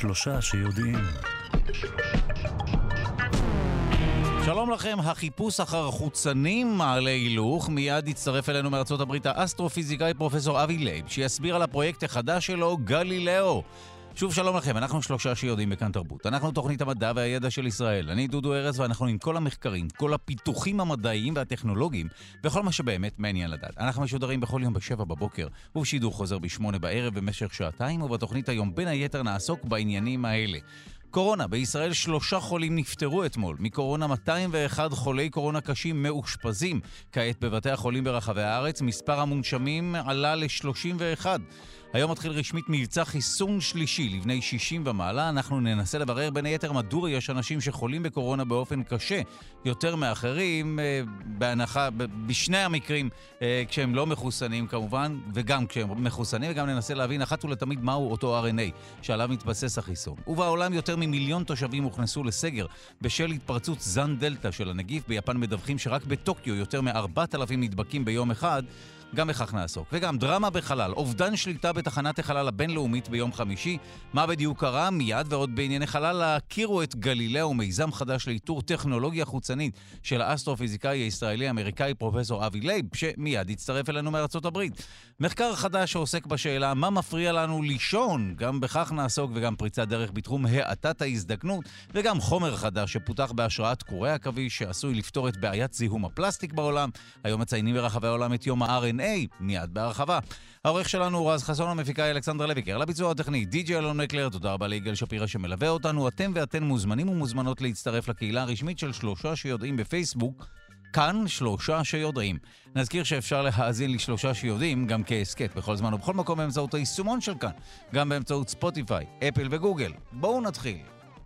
שלושה שיודעים. שלום לכם, החיפוש אחר חוצנים מעלה הילוך. מיד יצטרף אלינו מארצות הברית האסטרופיזיקאי פרופסור אבי לייב, שיסביר על הפרויקט החדש שלו, גלילאו. שוב שלום לכם, אנחנו שלושה שיודעים בכאן תרבות. אנחנו תוכנית המדע והידע של ישראל. אני דודו ארז ואנחנו עם כל המחקרים, כל הפיתוחים המדעיים והטכנולוגיים וכל מה שבאמת מעניין לדעת. אנחנו משודרים בכל יום ב7 בבוקר ובשידור חוזר ב8 בערב במשך שעתיים, ובתוכנית היום בין היתר נעסוק בעניינים האלה. קורונה, בישראל 3 חולים נפטרו אתמול. מקורונה 201 חולי קורונה קשים מאושפזים. כעת בבתי החולים ברחבי הארץ מספר המונשמים עלה ל-31. היום מתחיל רשמית מבצע חיסון שלישי לבני 60 ומעלה. אנחנו ננסה לברר בין היתר מדוע יש אנשים שחולים בקורונה באופן קשה יותר מאחרים, בהנחה, בשני המקרים כשהם לא מחוסנים כמובן, וגם כשהם מחוסנים, וגם ננסה להבין אחת ולתמיד מהו אותו RNA שעליו מתבסס החיסון. ובעולם יותר ממיליון תושבים הוכנסו לסגר בשל התפרצות זן דלטה של הנגיף. ביפן מדווחים שרק בטוקיו יותר מ-4,000 נדבקים ביום אחד. גם בכך נעסוק. וגם דרמה בחלל, אובדן שליטה בתחנת החלל הבינלאומית ביום חמישי. מה בדיוק קרה? מיד ועוד בענייני חלל. הכירו את גלילאו, מיזם חדש לאיתור טכנולוגיה חוצנית של האסטרופיזיקאי הישראלי-אמריקאי פרופסור אבי לייב, שמיד יצטרף אלינו מארצות הברית. מחקר חדש שעוסק בשאלה מה מפריע לנו לישון. גם בכך נעסוק, וגם פריצת דרך בתחום האטת ההזדקנות, וגם חומר חדש שפותח בהשראת קורי עכביש שעשוי לפתור את בעיית זיהום הפלסטיק בעולם. היום מציינים ברחבי העולם את יום ה-RNA, מיד בהרחבה. העורך שלנו הוא רז חסון, המפיקה אלכסנדרה לויקר, לביצוע הטכני די.ג'יי אלון מקלר. תודה רבה ליגאל שפירא שמלווה אותנו. אתם ואתן מוזמנים ומוזמנות להצטרף לקהילה הרשמית של שלושה שיודעים בפייסבוק, כאן שלושה שיודעים. נזכיר שאפשר להאזין לשלושה שיודעים גם כעסקט בכל זמן ובכל מקום באמצעות היישומון של כאן, גם באמצעות ספוטיפיי, אפל וגוגל. בואו נתחיל.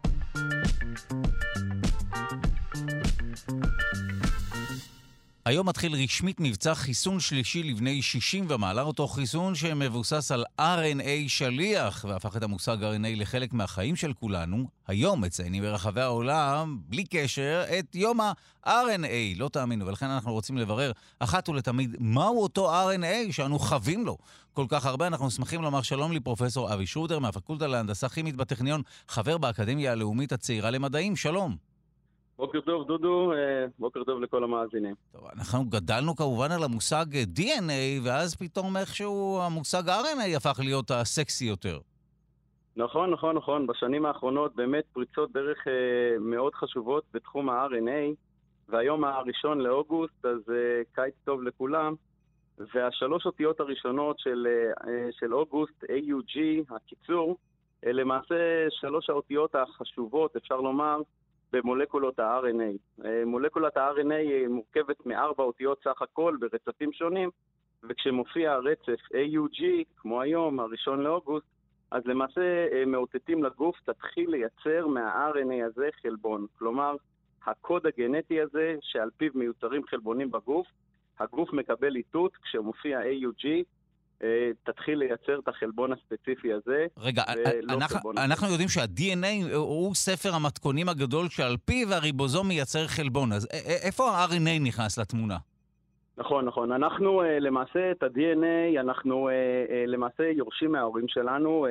היום מתחיל רשמית מבצע חיסון שלישי לבני 60 ומעלה, אותו חיסון שמבוסס על RNA שליח, והפך את המושג RNA לחלק מהחיים של כולנו. היום מציינים ברחבי העולם, בלי קשר, את יום ה-RNA, לא תאמינו, ולכן אנחנו רוצים לברר אחת ולתמיד מהו אותו RNA שאנו חווים לו כל כך הרבה. אנחנו שמחים לומר שלום לפרופסור אבי שרודר מהפקולטה להנדסה כימית בטכניון, חבר באקדמיה הלאומית הצעירה למדעים. שלום. בוקר טוב דודו, בוקר טוב לכל המאזינים. טוב, אנחנו גדלנו כמובן על המושג DNA, ואז פתאום איכשהו המושג RNA הפך להיות הסקסי יותר. נכון. בשנים האחרונות באמת פריצות דרך מאוד חשובות בתחום ה-RNA, והיום הראשון לאוגוסט, אז קיץ טוב לכולם, והשלוש אותיות הראשונות של אוגוסט, AUG, הקיצור, למעשה שלוש האותיות החשובות, אפשר לומר, במולקולות ה-RNA. מולקולת ה-RNA מורכבת מ4 אותיות סך הכל ברצפים שונים, וכשמופיע הרצף AUG, כמו היום, הראשון לאוגוסט, אז למעשה מאותתים לגוף, תתחיל לייצר מה-RNA הזה חלבון. כלומר, הקוד הגנטי הזה, שעל פיו מיוצרים חלבונים בגוף, הגוף מקבל איתות, כשמופיע AUG, תתחיל לייצר את החלבון הספציפי הזה. רגע, אנחנו יודעים שה-DNA הוא ספר המתכונים הגדול שעל פיו הריבוזום מייצר חלבון. אז איפה ה-RNA נכנס לתמונה? נכון. אנחנו למעשה את ה-DNA, אנחנו למעשה יורשים מההורים שלנו,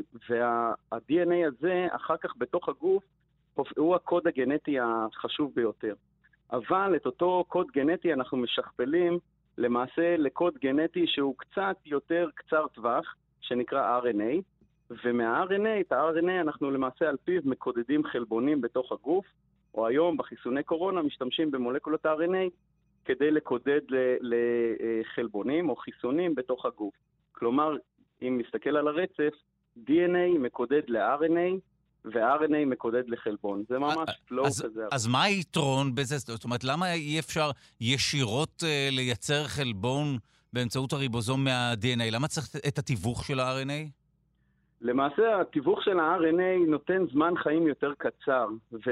וה-DNA הזה אחר כך בתוך הגוף הוא הקוד הגנטי החשוב ביותר. אבל את אותו קוד גנטי אנחנו משכפלים למעשה לקוד גנטי שהוא קצת יותר קצר טווח, שנקרא RNA, ומה-RNA, את ה-RNA אנחנו למעשה על פיו מקודדים חלבונים בתוך הגוף, או היום בחיסוני קורונה משתמשים במולקולות RNA כדי לקודד לחלבונים או חיסונים בתוך הגוף. כלומר, אם נסתכל על הרצף, DNA מקודד ל-RNA, ו-RNA מקודד לחלבון. זה ממש פלואו כזה. אז מה היתרון בזה? זאת אומרת, למה אי אפשר ישירות לייצר חלבון באמצעות הריבוזום מה-DNA? למה צריך את התיווך של ה-RNA? למעשה, התיווך של ה-RNA נותן זמן חיים יותר קצר,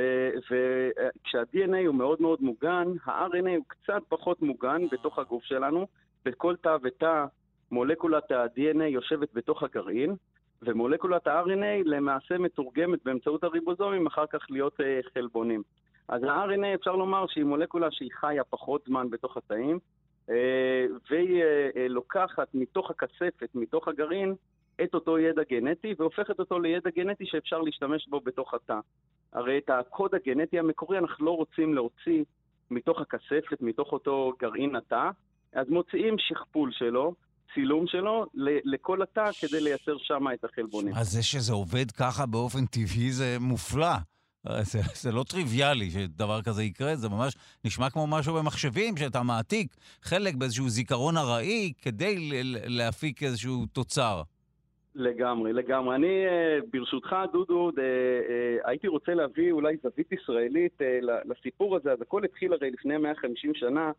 וכשה-DNA הוא מאוד מאוד מוגן, ה-RNA הוא קצת פחות מוגן בתוך הגוף שלנו. בכל תא ותא מולקולת ה-DNA יושבת בתוך הגרעין, ומולקולת ה-RNA למעשה מתורגמת באמצעות הריבוזומים אחר כך להיות חלבונים. אז ה-RNA אפשר לומר שהיא מולקולה שהיא חיה פחות זמן בתוך התאים, והיא לוקחת מתוך הקצפת, מתוך הגרעין, את אותו ידע גנטי והופכת אותו לידע גנטי שאפשר להשתמש בו בתוך התא. הרי את הקוד הגנטי המקורי אנחנו לא רוצים להוציא מתוך הכספת, מתוך אותו גרעין התא, אז מוציאים שכפול שלו, צילום שלו, לכל התא כדי לייצר שם את החלבונים. אז זה שזה עובד ככה באופן טבעי זה מופלא. זה לא טריוויאלי שדבר כזה יקרה, זה ממש נשמע כמו משהו במחשבים, שאתה מעתיק חלק באיזשהו זיכרון הראי כדי להפיק איזשהו תוצר. לגמרי, לגמרי. אני, ברשותך, דודו, הייתי רוצה להביא אולי זווית ישראלית לסיפור הזה. אז הכל התחיל הרי לפני 150 שנה,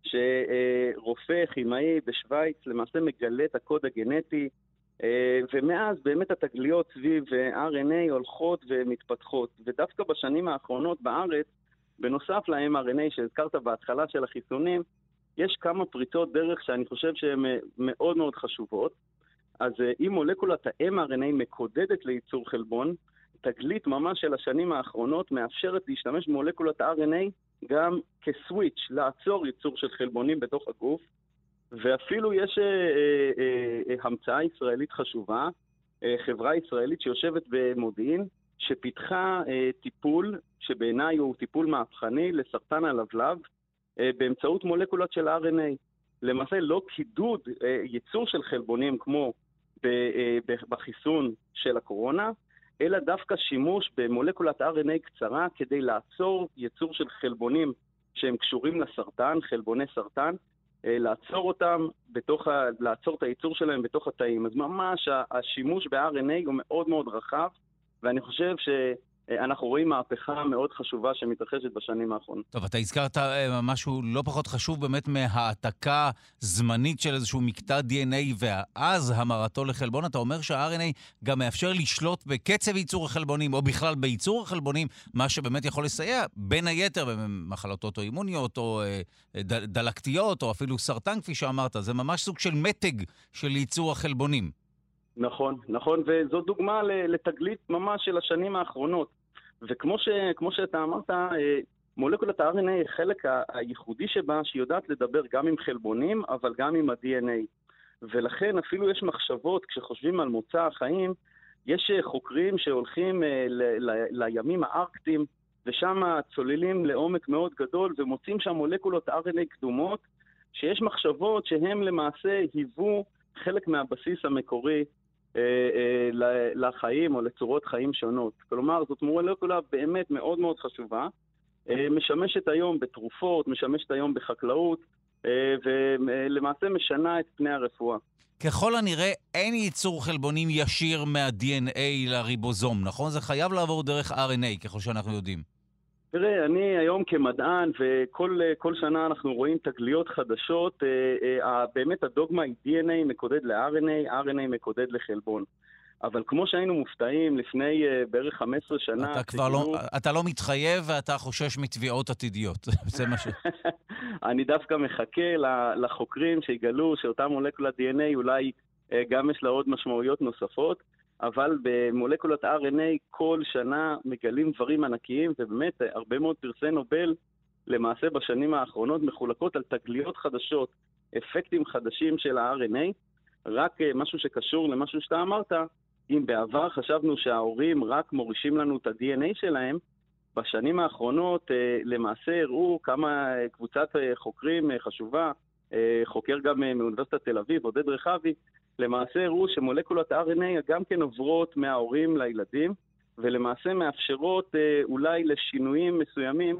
שרופא כימאי בשוויץ למעשה מגלה את הקוד הגנטי, ומאז באמת התגליות סביב RNA הולכות ומתפתחות. ודווקא בשנים האחרונות בארץ, בנוסף ל-mRNA שהזכרת בהתחלה של החיסונים, יש כמה פריצות דרך שאני חושב שהן מאוד מאוד חשובות. אז אם מולקולת ה-mRNA מקודדת לייצור חלבון, תגלית ממש של השנים האחרונות מאפשרת להשתמש במולקולת ה-RNA גם כסוויץ' לעצור ייצור של חלבונים בתוך הגוף, ואפילו יש המצאה ישראלית חשובה, חברה ישראלית שיושבת במודיעין, שפיתחה טיפול שבעיניי הוא טיפול מהפכני לסרטן הלבלב, באמצעות מולקולות של RNA. למעשה לא קידוד ייצור של חלבונים כמו בחיסון של הקורונה, אלא דווקא שימוש במולקולת RNA קצרה כדי לעצור ייצור של חלבונים שהם קשורים לסרטן, חלבוני סרטן, לעצור אותם לעצור את הייצור שלהם בתוך התאים. אז ממש השימוש ב-RNA הוא מאוד מאוד רחב, ואני חושב שאנחנו רואים מהפכה מאוד חשובה שמתרחשת בשנים האחרונות. טוב, אתה הזכרת משהו לא פחות חשוב באמת מהעתקה זמנית של איזשהו מקטע DNA ואז המרתו לחלבון. אתה אומר שה-RNA גם מאפשר לשלוט בקצב ייצור החלבונים או בכלל בייצור החלבונים, מה שבאמת יכול לסייע בין היתר במחלות אוטואימוניות או דלקתיות או אפילו סרטן כפי שאמרת. זה ממש סוג של מתג של ייצור החלבונים. נכון, נכון, וזו דוגמה לתגלית ממש של השנים האחרונות. וכמו שאתה אמרת, מולקולת ה-RNA היא חלק הייחודי שבה, שיודעת לדבר גם עם חלבונים, אבל גם עם ה-DNA. ולכן אפילו יש מחשבות, כשחושבים על מוצא החיים, יש חוקרים שהולכים לימים הארקטיים, ושם צוללים לעומק מאוד גדול, ומוצאים שם מולקולות RNA קדומות, שיש מחשבות שהם למעשה היוו חלק מהבסיס המקורי לחיים או לצורות חיים שונות. כלומר, זאת מולקולה באמת מאוד מאוד חשובה, משמשת היום בתרופות, משמשת היום בחקלאות, ולמעשה משנה את פני הרפואה. ככל הנראה אין ייצור חלבונים ישיר מה-DNA לריבוזום, נכון? זה חייב לעבור דרך RNA, ככל שאנחנו יודעים. תראה, אני היום כמדען, וכל שנה אנחנו רואים תגליות חדשות, באמת הדוגמה היא DNA מקודד ל-RNA, RNA מקודד לחלבון. אבל כמו שהיינו מופתעים לפני בערך 15 שנה... אתה לא מתחייב ואתה חושש מתביעות עתידיות. זה מה ש... אני דווקא מחכה לחוקרים שיגלו שאותה מולקולת DNA אולי גם יש לה עוד משמעויות נוספות, אבל במולקולת RNA כל שנה מגלים דברים ענקיים, ובאמת הרבה מאוד פרסי נובל למעשה בשנים האחרונות מחולקות על תגליות חדשות, אפקטים חדשים של ה-RNA. רק משהו שקשור למשהו שאתה אמרת, אם בעבר חשבנו שההורים רק מורישים לנו את ה-DNA שלהם, בשנים האחרונות למעשה הראו כמה קבוצת חוקרים חשובה, חוקר גם מאוניברסיטת תל אביב, עודד רחבי, למעשה הראו שמולקולות RNA גם כן עוברות מההורים לילדים, ולמעשה מאפשרות אולי לשינויים מסוימים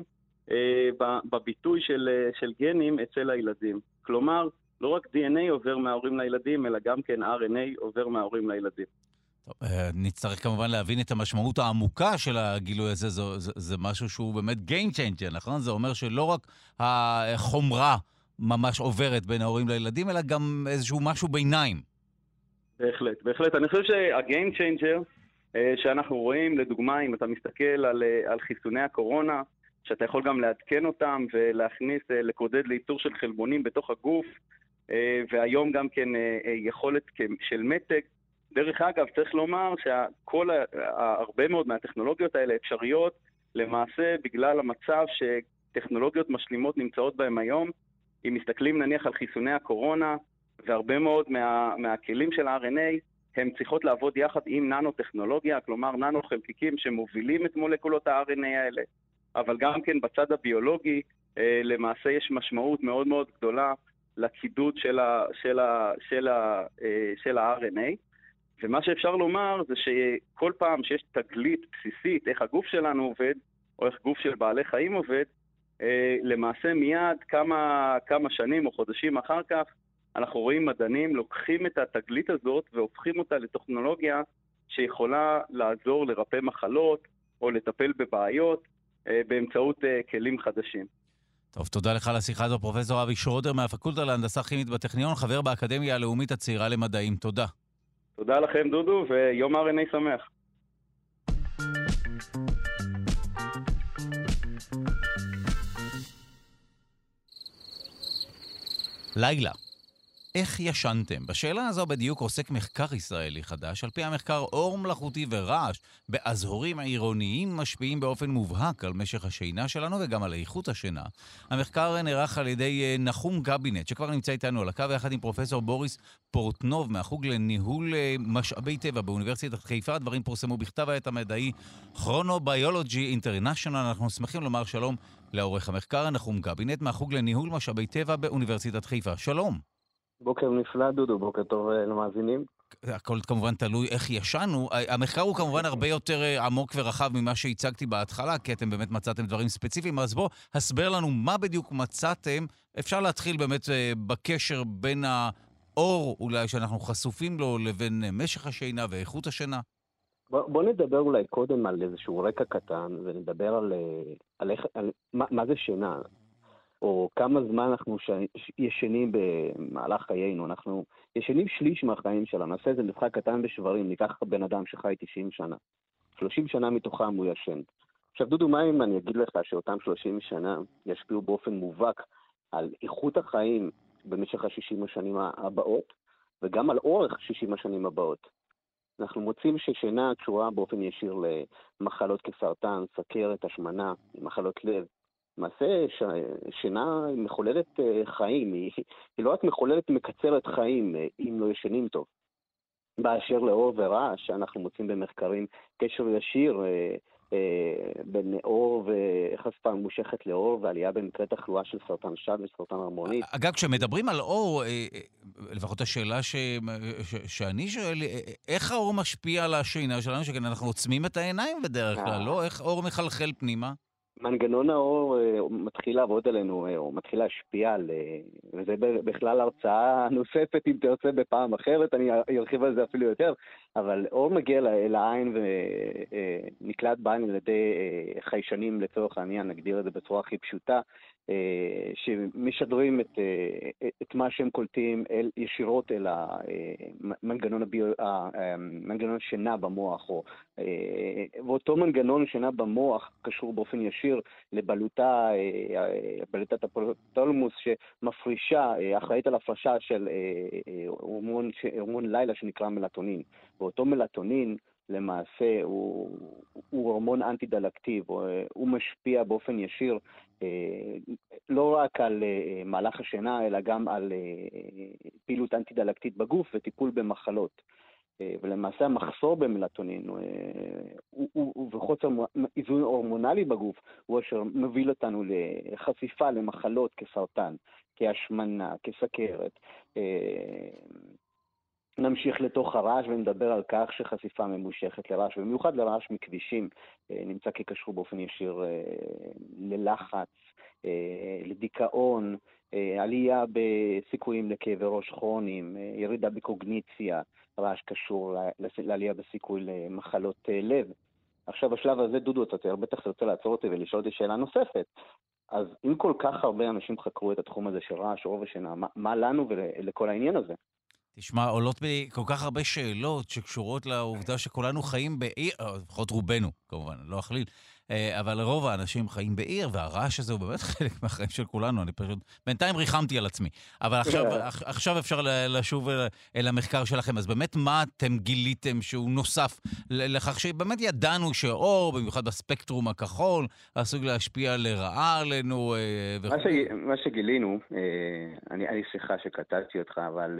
בביטוי של גנים אצל הילדים. כלומר, לא רק DNA עובר מההורים לילדים, אלא גם כן RNA עובר מההורים לילדים. טוב, נצטרך כמובן להבין את המשמעות העמוקה של הגילוי הזה. זה משהו שהוא באמת game changer, נכון? זה אומר שלא רק החומרה ממש עוברת בין ההורים לילדים, אלא גם איזשהו משהו ביניים. בהחלט, בהחלט. אני חושב שה-game changer שאנחנו רואים, לדוגמה, אם אתה מסתכל על חיסוני הקורונה, שאתה יכול גם לעדכן אותם ולהכניס, לקודד לייצור של חלבונים בתוך הגוף, והיום גם כן יכולת של מתג. דרך אגב, צריך לומר שהרבה מאוד מהטכנולוגיות האלה אפשריות, למעשה בגלל המצב שטכנולוגיות משלימות נמצאות בהם היום. אם מסתכלים נניח על חיסוני הקורונה, והרבה מאוד מהכלים של ה-RNA, הן צריכות לעבוד יחד עם ננו-טכנולוגיה, כלומר ננו-חלקיקים שמובילים את מולקולות ה-RNA האלה, אבל גם כן בצד הביולוגי, למעשה יש משמעות מאוד מאוד גדולה לקידוד של ה-RNA, ומה שאפשר לומר זה שכל פעם שיש תגלית בסיסית, איך הגוף שלנו עובד, או איך גוף של בעלי חיים עובד, למעשה מיד כמה שנים או חודשים אחר כך, אנחנו רואים מדענים לוקחים את התגלית הזאת והופכים אותה לטכנולוגיה שיכולה לעזור לרפא מחלות או לטפל בבעיות באמצעות כלים חדשים. טוב, תודה לך על השיחה הזו, פרופסור אבי שרודר מהפקולטה להנדסה כימית בטכניון, חבר באקדמיה הלאומית הצעירה למדעים. תודה. תודה לכם דודו, ויום RNA שמח. לילה. איך ישנתם? בשאלה הזו בדיוק עוסק מחקר ישראלי חדש. על פי המחקר, אור מלאכותי ורעש באזורים עירוניים משפיעים באופן מובהק על משך השינה שלנו וגם על איכות השינה. המחקר נערך על ידי נחום גבינט, שכבר נמצא איתנו על הקו, יחד עם פרופסור בוריס פורטנוב מהחוג לניהול משאבי טבע באוניברסיטת חיפה. הדברים פורסמו בכתב העת המדעי כרונוביולוגי אינטרנשיונל. אנחנו שמחים לומר שלום לעורך המחקר נחום גבינט מהחוג לניהול משאבי טבע באוניברסיטת חיפה. שלום. בוקר נפלא דודו, בוקר טוב למאזינים. הכל כמובן תלוי איך ישנו. המחקר הוא כמובן הרבה יותר עמוק ורחב ממה שהצגתי בהתחלה, כי אתם באמת מצאתם דברים ספציפיים. אז בוא, הסבר לנו מה בדיוק מצאתם. אפשר להתחיל באמת בקשר בין האור אולי שאנחנו חשופים לו לבין משך השינה ואיכות השינה. בוא נדבר אולי קודם על איזשהו רקע קטן, ונדבר על מה זה שינה. או כמה זמן אנחנו ישנים במהלך חיינו. אנחנו ישנים שליש מהחיים שלנו. נעשה איזה משחק קטן בשברים, ניקח בן אדם שחי 90 שנה. 30 שנה מתוכם הוא ישן. עכשיו דודו, מה אם אני אגיד לך שאותם 30 שנה ישפיעו באופן מובהק על איכות החיים במשך ה-60 השנים הבאות, וגם על אורך 60 השנים הבאות. אנחנו מוצאים ששינה קשורה באופן ישיר למחלות כסרטן, סוכרת, השמנה, מחלות לב. למעשה, שינה היא מחוללת חיים, היא לא רק מחוללת, מקצרת חיים, אם לא ישנים טוב. באשר לאור ורעש, אנחנו מוצאים במחקרים קשר ישיר בין אור וחשיפה ממושכת לאור, ועלייה במקרה תחלואה של סרטן שד וסרטן הרמונית. אגב, כשמדברים על אור, לפחות השאלה שאני שואל, איך האור משפיע על השינה שלנו, שכן אנחנו עוצמים את העיניים בדרך כלל, לא? איך אור מחלחל פנימה? מנגנון האור מתחיל לעבוד עלינו, או מתחיל להשפיע על, וזה בכלל הרצאה נוספת אם תרצה בפעם אחרת, אני ארחיב על זה אפילו יותר, אבל אור מגיע לעין ונקלט בעין על ידי חיישנים לצורך העניין, נגדיר את זה בצורה הכי פשוטה, שמשדרים את מה שהם קולטים ישירות אל מנגנון שינה במוח, ואותו מנגנון שינה במוח קשור באופן ישיר לבלוטת הפותלמוס שמפרישה, אחראית על הפרשה של הורמון לילה שנקרא מלטונין. ואותו מלטונין למעשה הוא הורמון אנטי-דלקטיב, הוא משפיע באופן ישיר לא רק על מהלך השינה, אלא גם על פעילות אנטי-דלקתית בגוף וטיפול במחלות. ולמעשה המחסור במלטונין וחוסר איזון הורמונלי בגוף הוא אשר מביא אותנו לחשיפה למחלות כסרטן, כהשמנה, כסוכרת. נמשיך לתוך הרעש ונדבר על כך שחשיפה ממושכת לרעש, במיוחד לרעש מכבישים, נמצא כקשור באופן ישיר ללחץ, לדיכאון, עלייה בסיכויים לכאבי ראש כרוניים, ירידה בקוגניציה, רעש קשור לעלייה בסיכוי למחלות לב. עכשיו בשלב הזה דודו, אתה בטח רוצה לעצור אותי ולשאול אותי שאלה נוספת. אז אם כל כך הרבה אנשים חקרו את התחום הזה של רעש, אור ושינה, מה לנו ולכל העניין הזה? תשמע, עולות בי כל כך הרבה שאלות שקשורות לעובדה שכולנו חיים לפחות רובנו, כמובן, לא אכליל, אבל רוב האנשים חיים בעיר, והרעש הזה הוא באמת חלק מהחיים של כולנו, אני פשוט בינתיים ריחמתי על עצמי. אבל עכשיו אפשר לשוב אל המחקר שלכם. אז באמת מה אתם גיליתם שהוא נוסף לכך שבאמת ידענו שאור, במיוחד בספקטרום הכחול, עשוי להשפיע לרעה עלינו וכו'. מה שגילינו, אני סליחה שקטעתי אותך, אבל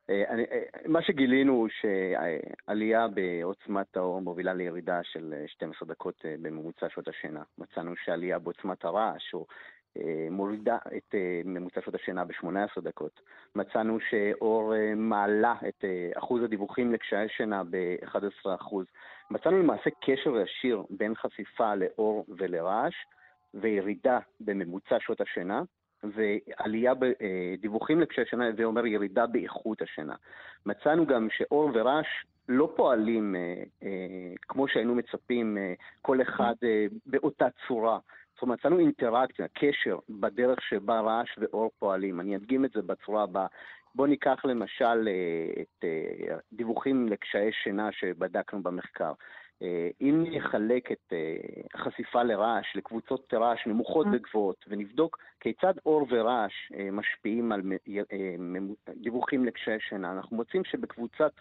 מה שגילינו הוא שעלייה בעוצמת האור מובילה לירידה של 12 דקות בממוצע שעות השינה. מצאנו שעלייה בעוצמת הרעש מורידה את ממוצע שעות השינה ב-18 דקות. מצאנו שאור מעלה את אחוז הדיווחים לקשיי שינה ב-11%. מצאנו למעשה קשר ישיר בין חשיפה לאור ולרעש, וירידה בממוצע שעות השינה, ועלייה בדיווחים לקשיי שינה, זה אומר ירידה באיכות השינה. מצאנו גם שאור ורעש לא פועלים כמו שהיינו מצפים, כל אחד באותה צורה. זאת אומרת, מצאנו אינטראקציה, קשר בדרך שבה רעש ואור פועלים. אני אדגים את זה בצורה הבאה. בוא ניקח למשל את דיווחים לקשיי שינה שבדקנו במחקר. אם נחלק את החשיפה לרעש לקבוצות רעש נמוכות וגבוהות, ונבדוק כיצד אור ורעש משפיעים על דיווחים לקשיי שינה, אנחנו מוצאים שבקבוצת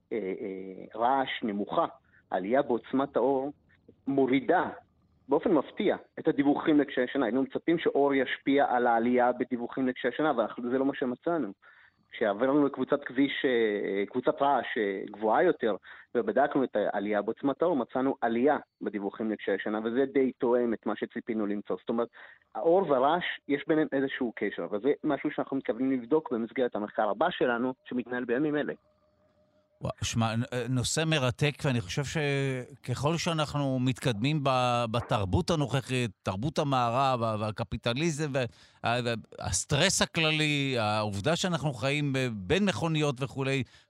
רעש נמוכה, עלייה בעוצמת האור מורידה באופן מפתיע את הדיווחים לקשיי שינה. היינו מצפים שאור ישפיע על העלייה בדיווחים לקשיי שינה, אבל זה לא מה שמצאנו. כשעברנו קבוצת רעש גבוהה יותר, ובדקנו את העלייה בעוצמת האור, מצאנו עלייה בדיווחים לקשיי שינה, וזה די תואם את מה שציפינו למצוא. זאת אומרת, האור והרעש, יש ביניהם איזשהו קשר, וזה משהו שאנחנו מתכוונים לבדוק במסגרת המחקר הבא שלנו, שמתנהל בימים אלה. שמע, נושא מרתק, ואני חושב שככל שאנחנו מתקדמים בתרבות הנוכחית, תרבות המערב והקפיטליזם והסטרס הכללי, העובדה שאנחנו חיים בין מכוניות וכו',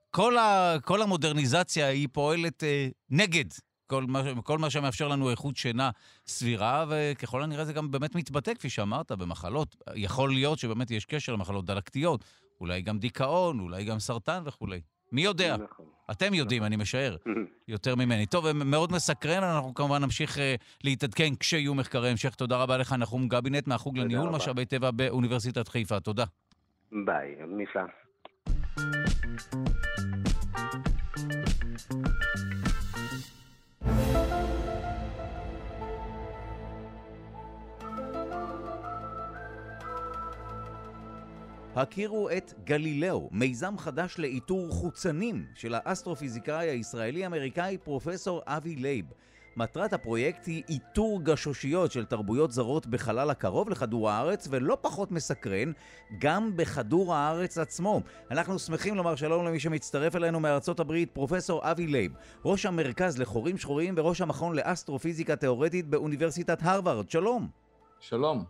כל המודרניזציה היא פועלת נגד כל מה שמאפשר לנו איכות שינה סבירה, וככל הנראה זה גם באמת מתבטא, כפי שאמרת, במחלות. יכול להיות שבאמת יש קשר למחלות דלקתיות, אולי גם דיכאון, אולי גם סרטן וכו'. מי יודע? אתם יודעים, אני משער, יותר ממני. טוב, מאוד מסקרן, אנחנו כמובן נמשיך להתעדכן כשיהיו מחקרי המשך. תודה רבה לך, נחום גבינט, מהחוג לניהול משאבי טבע באוניברסיטת חיפה. תודה. ביי, נפלא. הכירו את גלילאו, מיזם חדש לאיתור חוצנים של האסטרופיזיקאי הישראלי-אמריקאי פרופסור אבי לייב. מטרת הפרויקט היא איתור גשושיות של תרבויות זרות בחלל הקרוב לכדור הארץ, ולא פחות מסקרן, גם בכדור הארץ עצמו. אנחנו שמחים לומר שלום למי שמצטרף אלינו מארצות הברית, פרופסור אבי לייב, ראש המרכז לחורים שחורים וראש המכון לאסטרופיזיקה תיאורטית באוניברסיטת הרווארד. שלום. שלום.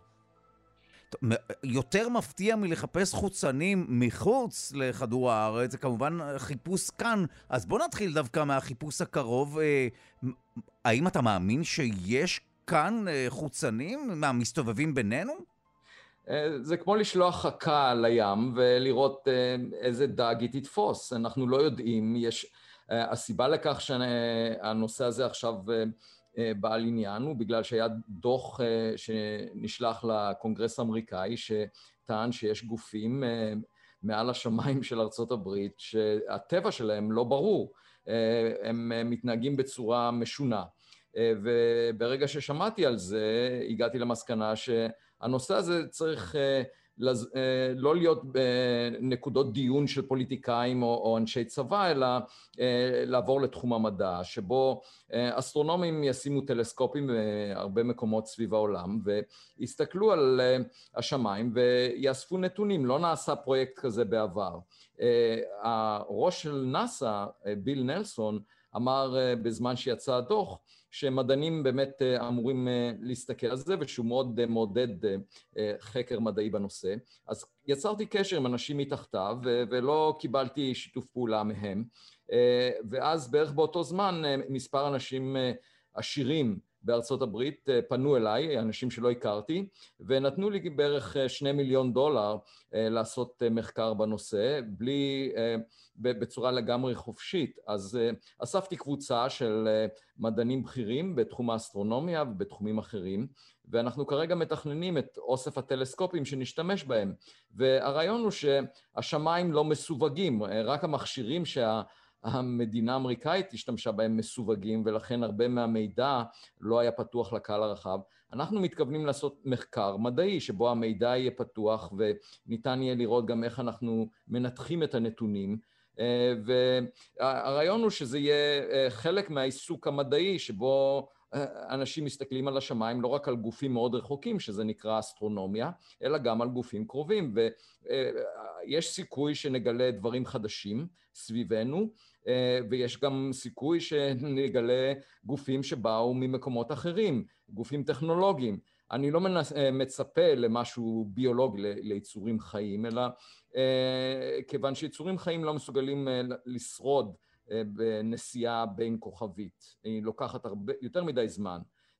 יותר מפתיע מלחפש חוצנים מחוץ לכדור הארץ, זה כמובן חיפוש כאן. אז בוא נתחיל דווקא מהחיפוש הקרוב. האם אתה מאמין שיש כאן חוצנים מסתובבים בינינו? זה כמו לשלוח חכה לים ולראות איזה דג היא תתפוס. אנחנו לא יודעים. הסיבה לכך שהנושא הזה עכשיו בעל עניין הוא בגלל שהיה דוח שנשלח לקונגרס האמריקאי שטען שיש גופים מעל השמיים של ארצות הברית שהטבע שלהם לא ברור, הם מתנהגים בצורה משונה. וברגע ששמעתי על זה הגעתי למסקנה שהנושא הזה צריך לא להיות בנקודות דיון של פוליטיקאים או אנשי צבא, אלא לעבור לתחום המדע, שבו אסטרונומים ישימו טלסקופים בהרבה מקומות סביב העולם, ויסתכלו על השמיים ויאספו נתונים. לא נעשה פרויקט כזה בעבר. הראש של נאסא, ביל נלסון, אמר בזמן שיצא הדוח, שמדענים באמת אמורים להסתכל על זה, ושהוא מאוד מעודד חקר מדעי בנושא. אז יצרתי קשר עם אנשים מתחתיו, ולא קיבלתי שיתוף פעולה מהם. ואז בערך באותו זמן מספר אנשים עשירים בארצות הברית פנו אליי, אנשים שלא הכרתי, ונתנו לי בערך $2 מיליון לעשות מחקר בנושא, בצורה לגמרי חופשית. אז אספתי קבוצה של מדענים בכירים בתחום האסטרונומיה ובתחומים אחרים, ואנחנו כרגע מתכננים את אוסף הטלסקופים שנשתמש בהם. והרעיון הוא שהשמיים לא מסווגים, רק המכשירים המדינה האמריקאית השתמשה בהם מסווגים, ולכן הרבה מהמידע לא היה פתוח לקהל הרחב. אנחנו מתכוונים לעשות מחקר מדעי, שבו המידע יהיה פתוח, וניתן יהיה לראות גם איך אנחנו מנתחים את הנתונים, והרעיון הוא שזה יהיה חלק מהעיסוק המדעי, שבו אנשים מסתכלים על השמיים לא רק על גופים מאוד רחוקים, שזה נקרא אסטרונומיה, אלא גם על גופים קרובים, ויש סיכוי שנגלה דברים חדשים סביבנו, ויש גם סיכוי שנגלה גופים שבאו ממקומות אחרים, גופים טכנולוגיים. אני לא מצפה למשהו ביולוגי, ליצורים חיים, אלא כיוון שיצורים חיים לא מסוגלים לשרוד בנסיעה בין כוכבית. היא לוקחת יותר מדי זמן.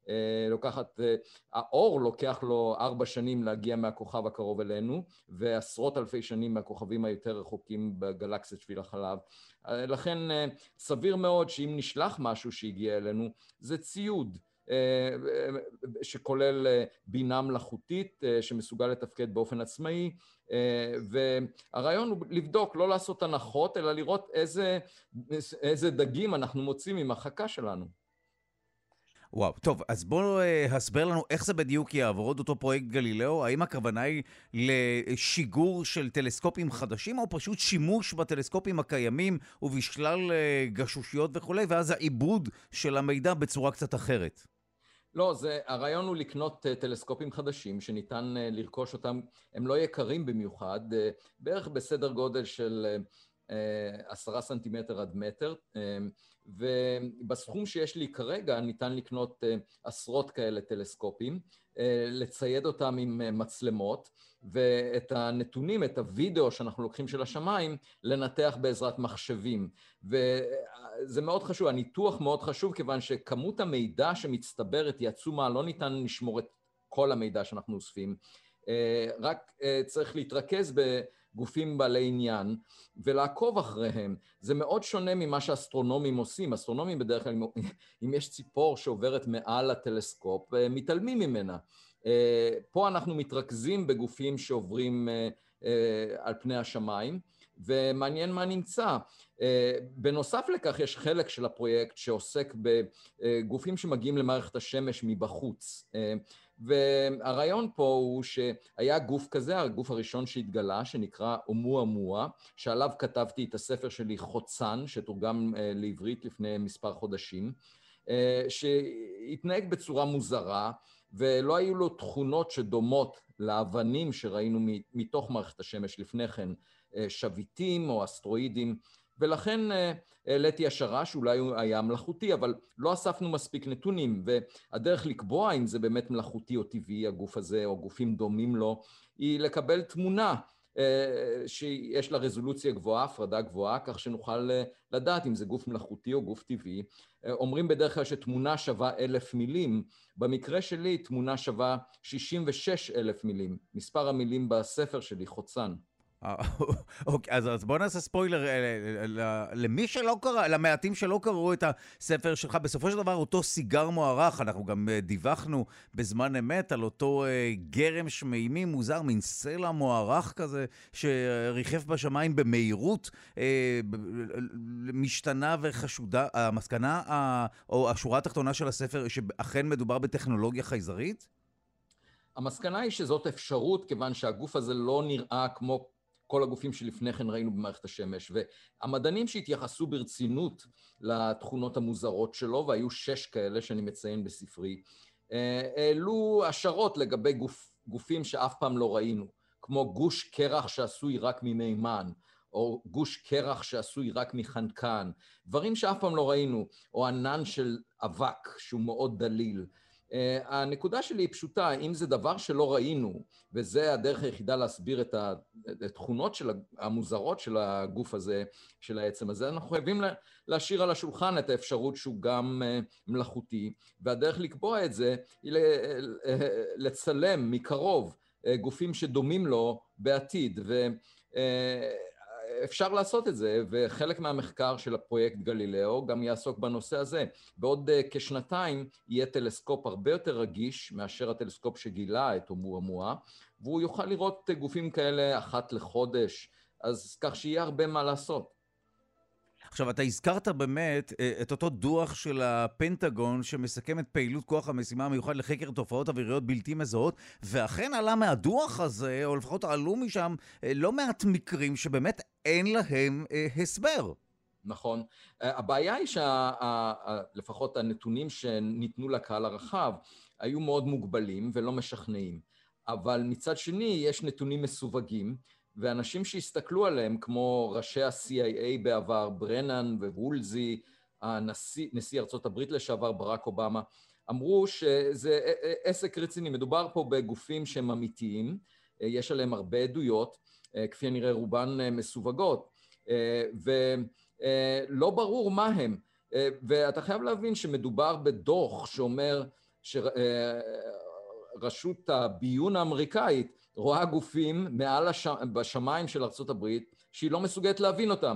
האור לוקח לו 4 שנים להגיע מהכוכב הקרוב אלינו, ועשרות אלפי שנים מהכוכבים היותר רחוקים בגלקסיית שביל החלב. לכן סביר מאוד שאם נשלח משהו שהגיע אלינו, זה ציוד שכולל בינה מלאכותית שמסוגל לתפקד באופן עצמאי, והרעיון הוא לבדוק, לא לעשות הנחות, אלא לראות איזה דגים אנחנו מוצאים עם החכה שלנו. וואו, טוב, אז בואו הסבר לנו איך זה בדיוק יעבוד אותו פרויקט גלילאו. האם הכוונה היא לשיגור של טלסקופים חדשים, או פשוט שימוש בטלסקופים הקיימים ובשלל גשושיות וכו', ואז העיבוד של המידע בצורה קצת אחרת? לא, הרעיון הוא לקנות טלסקופים חדשים שניתן לרכוש אותם, הם לא יקרים במיוחד, בערך בסדר גודל של 10 סנטימטר עד מטר, ובסכום שיש לי כרגע ניתן לקנות עשרות כאלה טלסקופים, לצייד אותם עם מצלמות, ואת הנתונים, את הוידאו שאנחנו לוקחים של השמיים, לנתח בעזרת מחשבים. וזה מאוד חשוב, הניתוח מאוד חשוב, כיוון שכמות המידע שמצטברת היא עצומה, לא ניתן לשמור את כל המידע שאנחנו אוספים, רק צריך להתרכז בגופים בעלי עניין, ולעקוב אחריהם. זה מאוד שונה ממה שאסטרונומים עושים. אסטרונומים בדרך כלל, אם יש ציפור שעוברת מעל הטלסקופ, מתעלמים ממנה. פה אנחנו מתרכזים בגופים שעוברים על פני השמיים, ומעניין מה נמצא. בנוסף לכך יש חלק של הפרויקט שעוסק בגופים שמגיעים למערכת השמש מבחוץ. והרעיון פה הוא שהיה גוף כזה, הגוף הראשון שהתגלה, שנקרא אומואמואה, שעליו כתבתי את הספר שלי חוצן, שתורגם לעברית לפני מספר חודשים, שהתנהג בצורה מוזרה, ולא היו לו תכונות שדומות לאבנים שראינו מתוך מערכת השמש לפני כן, שביטים או אסטרואידים, ולכן העליתי השערה שאולי הוא היה מלאכותי, אבל לא אספנו מספיק נתונים, והדרך לקבוע אם זה באמת מלאכותי או טבעי, הגוף הזה או גופים דומים לו, היא לקבל תמונה שיש לה רזולוציה גבוהה, הפרדה גבוהה, כך שנוכל לדעת אם זה גוף מלאכותי או גוף טבעי. אומרים בדרך כלל שתמונה שווה 1,000 מילים, במקרה שלי תמונה שווה 66,000 מילים, מספר המילים בספר שלי חוצן. אוקיי, אז בוא נעשה ספוילר למי שלא קרא, למעטים שלא קראו את הספר שלך. בסופו של דבר אותו סיגר מוערך, אנחנו גם דיווחנו בזמן אמת על אותו גרם שמימי מוזר, מין סלע מוערך כזה שריחף בשמיים במהירות משתנה וחשודה. המסקנה או השורה התחתונה של הספר שאכן מדובר בטכנולוגיה חייזרית? המסקנה היא שזאת אפשרות, כיוון שהגוף הזה לא נראה כמו כל הגופים שלפני כן ראינו במערכת השמש, והמדענים שהתייחסו ברצינות לתכונות המוזרות שלו, והיו 6 כאלה שאני מציין בספרי, העלו השערות לגבי גופים שאף פעם לא ראינו, כמו גוש קרח שעשוי רק ממימן, או גוש קרח שעשוי רק מחנקן, דברים שאף פעם לא ראינו, או ענן של אבק שהוא מאוד דליל. הנקודה שלי היא פשוטה, אם זה דבר שלא ראינו, וזה הדרך היחידה להסביר את התכונות המוזרות של הגוף הזה, של העצם הזה, אנחנו חייבים להשאיר על השולחן את האפשרות שהוא גם מלאכותי, והדרך לקבוע את זה היא לצלם מקרוב גופים שדומים לו בעתיד, אפשר לעשות את זה, וחלק מהמחקר של הפרויקט גלילאו גם יעסוק בנושא הזה. בעוד כשנתיים יהיה טלסקופ הרבה יותר רגיש מאשר הטלסקופ שגילה את אumuamua, והוא יוכל לראות גופים כאלה אחת לחודש, אז כך שיהיה הרבה מה לעשות. עכשיו, אתה הזכרת באמת את אותו דוח של הפנטגון שמסכם את פעילות כוח המשימה המיוחד לחקר תופעות אוויריות בלתי מזהות, ואכן עלה מהדוח הזה, או לפחות עלו משם, לא מעט מקרים שבאמת אין להם הסבר. נכון. הבעיה היא שלפחות הנתונים שניתנו לקהל הרחב היו מאוד מוגבלים ולא משכנעים, אבל מצד שני יש נתונים מסווגים, ואנשים שהסתכלו עליהם, כמו ראשי ה-CIA בעבר, ברנן ווולזי, נשיא ארצות הברית לשעבר, ברק אובמה, אמרו שזה עסק רציני, מדובר פה בגופים שהם אמיתיים, יש עליהם הרבה עדויות, כפי הנראה רובן מסווגות, ולא ברור מה הם, ואתה חייב להבין שמדובר בדוח שאומר שרשות הביון האמריקאית רואה גופים בשמיים של ארצות הברית שהיא לא מסוגלת להבין אותם.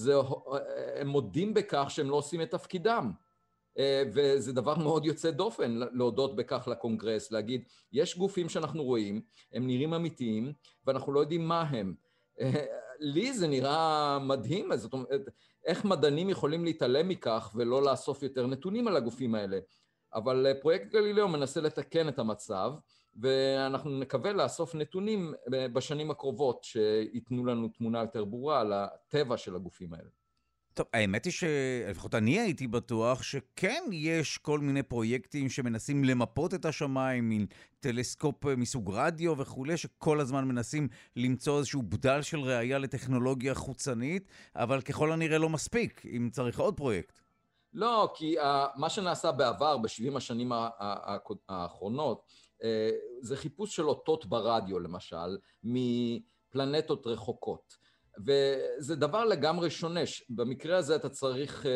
הם מודים בכך שהם לא עושים את תפקידם. וזה דבר מאוד יוצא דופן להודות בכך לקונגרס, להגיד, יש גופים שאנחנו רואים, הם נראים אמיתיים, ואנחנו לא יודעים מה הם. לי זה נראה מדהים, זאת אומרת, איך מדענים יכולים להתעלם מכך ולא לאסוף יותר נתונים על הגופים האלה. אבל פרויקט גלילאו מנסה לתקן את המצב, ואנחנו נקווה לאסוף נתונים בשנים הקרובות שיתנו לנו תמונה יותר ברורה על הטבע של הגופים האלה. טוב, האמת היא שלפחות אני הייתי בטוח שכן יש כל מיני פרויקטים שמנסים למפות את השמיים, מין טלסקופ מסוג רדיו וכו', שכל הזמן מנסים למצוא איזשהו בדל של ראייה לטכנולוגיה חוצנית, אבל ככל הנראה לא מספיק, אם צריך עוד פרויקט. לא, כי מה שנעשה בעבר, ב-70 השנים האחרונות, זה חיפוש של אותות ברדיו, למשל, מפלנטות רחוקות. וזה דבר לגמרי שונה. במקרה הזה אתה צריך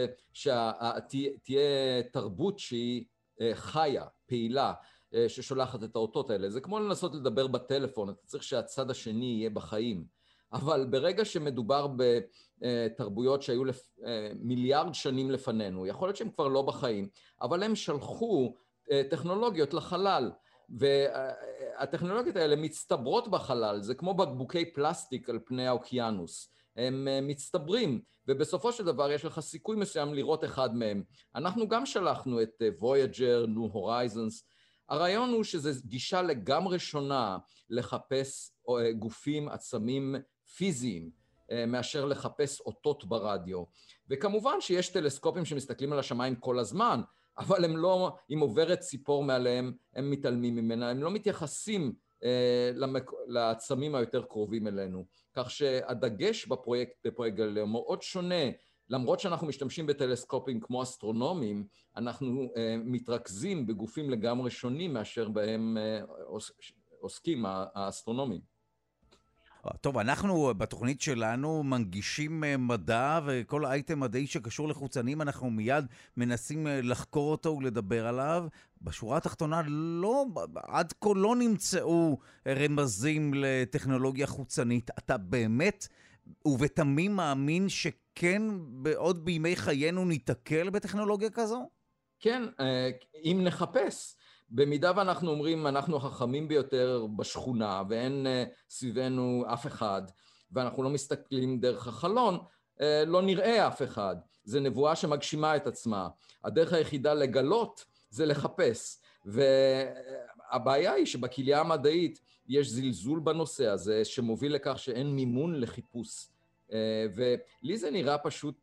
שתהיה תרבות שהיא חיה, פעילה, ששולחת את האותות האלה. זה כמו לנסות לדבר בטלפון, אתה צריך שהצד השני יהיה בחיים. אבל ברגע שמדובר בתרבויות שהיו מיליארד שנים לפנינו, יכול להיות שהם כבר לא בחיים, אבל הם שלחו טכנולוגיות לחלל, והטכנולוגיות האלה מצטברות בחלל, זה כמו בקבוקי פלסטיק על פני האוקיינוס, הם מצטברים, ובסופו של דבר יש לך סיכוי מסוים לראות אחד מהם. אנחנו גם שלחנו את Voyager, New Horizons, הרעיון הוא שזו גישה לגמרי שונה לחפש גופים, עצמים פיזיים, מאשר לחפש אותות ברדיו. וכמובן שיש טלסקופים שמסתכלים על השמיים כל הזמן, אבל הם לא, אם עוברת ציפור מעליהם, הם מתעלמים ממנה, הם לא מתייחסים לעצמים היותר קרובים אלינו. כך שהדגש בפרויקט גלילאו מאוד שונה, למרות שאנחנו משתמשים בטלסקופים כמו אסטרונומים, אנחנו מתרכזים בגופים לגמרי שונים מאשר בהם עוסקים האסטרונומים. טוב, אנחנו בתוכנית שלנו מנגישים מדע, וכל אייטם מדעי שקשור לחוצנים אנחנו מיד מנסים לחקור אותו ולדבר עליו. בשורה התחתונה עד כה לא נמצאו רמזים לטכנולוגיה חוצנית. אתה באמת ובתמים מאמין שכן עוד בימי חיינו ניתקל בטכנולוגיה כזו? כן, אם נחפש. במידה ואנחנו אומרים, אנחנו החכמים ביותר בשכונה, ואין סביבנו אף אחד, ואנחנו לא מסתכלים דרך החלון, לא נראה אף אחד. זה נבואה שמגשימה את עצמה. הדרך היחידה לגלות זה לחפש. והבעיה היא שבקהילה המדעית יש זלזול בנושא הזה, שמוביל לכך שאין מימון לחיפוש. ולי זה נראה פשוט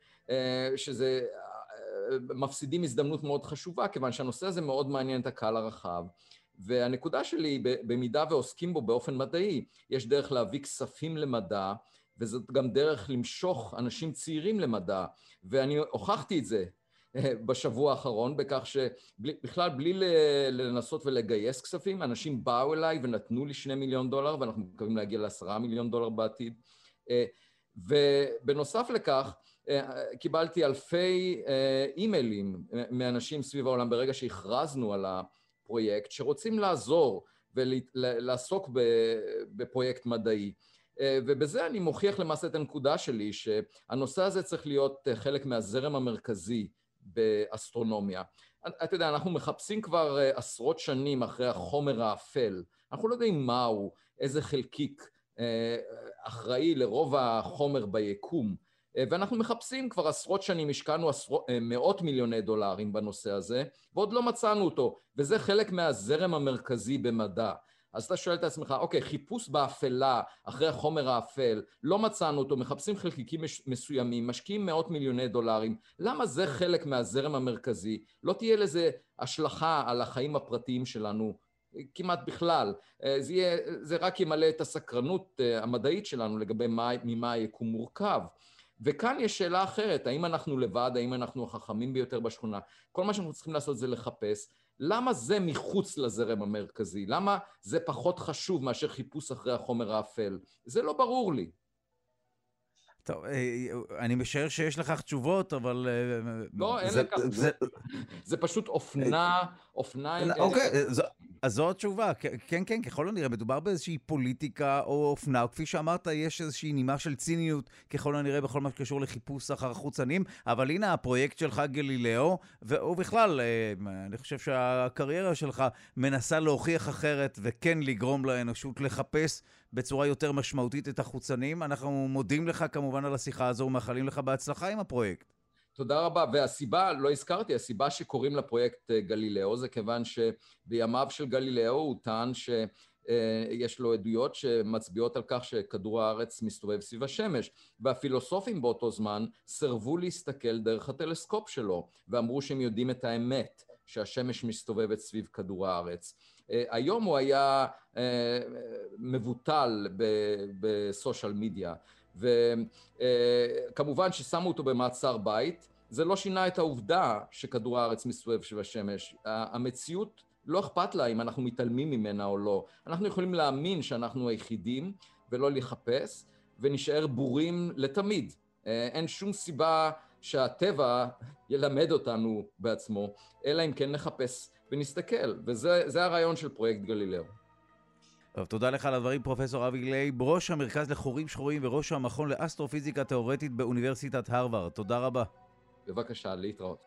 שזה מפסידים הזדמנות מאוד חשובה, כיוון שהנושא הזה מאוד מעניין את הקהל הרחב. והנקודה שלי, במידה ועוסקים בו באופן מדעי, יש דרך להביא כספים למדע, וזאת גם דרך למשוך אנשים צעירים למדע, ואני הוכחתי את זה. בשבוע האחרון, בכך שבכלל בלי לנסות ולגייס כספים, אנשים באו אליי ונתנו לי $2 מיליון, ואנחנו מקווים להגיע ל$10 מיליון בעתיד. ובנוסף לכך, קיבלתי אלפי אימיילים מאנשים סביב העולם ברגע שהכרזנו על הפרויקט, שרוצים לעזור ולעסוק בפרויקט מדעי. ובזה אני מוכיח למעשה את הנקודה שלי, שהנושא הזה צריך להיות חלק מהזרם המרכזי באסטרונומיה. אתה יודע, אנחנו מחפשים כבר עשרות שנים אחרי החומר האפל. אנחנו לא יודעים מהו, איזה חלקיק אחראי לרוב החומר ביקום. ואנחנו מחפשים כבר עשרות שנים, השקענו מאות מיליוני דולרים בנושא הזה, ועוד לא מצאנו אותו, וזה חלק מהזרם המרכזי במדע. אז אתה שואל את עצמך, אוקיי, חיפוש באפלה אחרי החומר האפל, לא מצאנו אותו, מחפשים חלקיקים מסוימים, משקיעים מאות מיליוני דולרים, למה זה חלק מהזרם המרכזי? לא תהיה לזה השלכה על החיים הפרטיים שלנו כמעט בכלל, זה רק ימלא את הסקרנות המדעית שלנו לגבי ממה היקום מורכב. וכאן יש שאלה אחרת, האם אנחנו לבד, האם אנחנו החכמים ביותר בשכונה? כל מה שאנחנו צריכים לעשות זה לחפש, למה זה מחוץ לזרם המרכזי? למה זה פחות חשוב מאשר חיפוש אחרי החומר האפל? זה לא ברור לי. טוב, אני משער שיש לכך תשובות, אבל... לא, אין לכך. זה פשוט אופנה... אוקיי, אז זו התשובה. כן, כן, ככל הנראה, מדובר באיזושהי פוליטיקה או אופנה, או כפי שאמרת, יש איזושהי נימה של ציניות, ככל הנראה בכל מה שקשור לחיפוש אחר חוצנים, אבל הנה הפרויקט שלך גלילאו, ובכלל, אני חושב שהקריירה שלך מנסה להוכיח אחרת, וכן לגרום לאנושות לחפש בצורה יותר משמעותית את החוצנים. אנחנו מודים לך כמובן על השיחה הזו, ומאחלים לך בהצלחה עם הפרויקט. תודה רבה, והסיבה, לא הזכרתי, הסיבה שקוראים לפרויקט גלילאו, זה כיוון שבימיו של גלילאו הוא טען שיש לו עדויות שמצביעות על כך שכדור הארץ מסתובב סביב השמש, והפילוסופים באותו זמן סרבו להסתכל דרך הטלסקופ שלו, ואמרו שהם יודעים את האמת, שהשמש מסתובבת סביב כדור הארץ. היום הוא היה מבוטל בסושיאל מדיה, וכמובן ששמו אותו במעצר בית, זה לא שינה את העובדה שכדור הארץ מסתובב סביב השמש. המציאות לא אכפת לה אם אנחנו מתעלמים ממנה או לא. אנחנו יכולים להאמין שאנחנו היחידים ולא לחפש, ונשאר בורים לתמיד. אין שום סיבה שהטבע ילמד אותנו בעצמו, אלא אם כן נחפש ונסתכל, וזה הרעיון של פרויקט גלילאו. טוב, תודה לך על הדברים, פרופסור אבי לייב, ראש המרכז לחורים שחורים וראש המכון לאסטרופיזיקה תיאורטית באוניברסיטת הרווארד. תודה רבה. בבקשה, להתראות.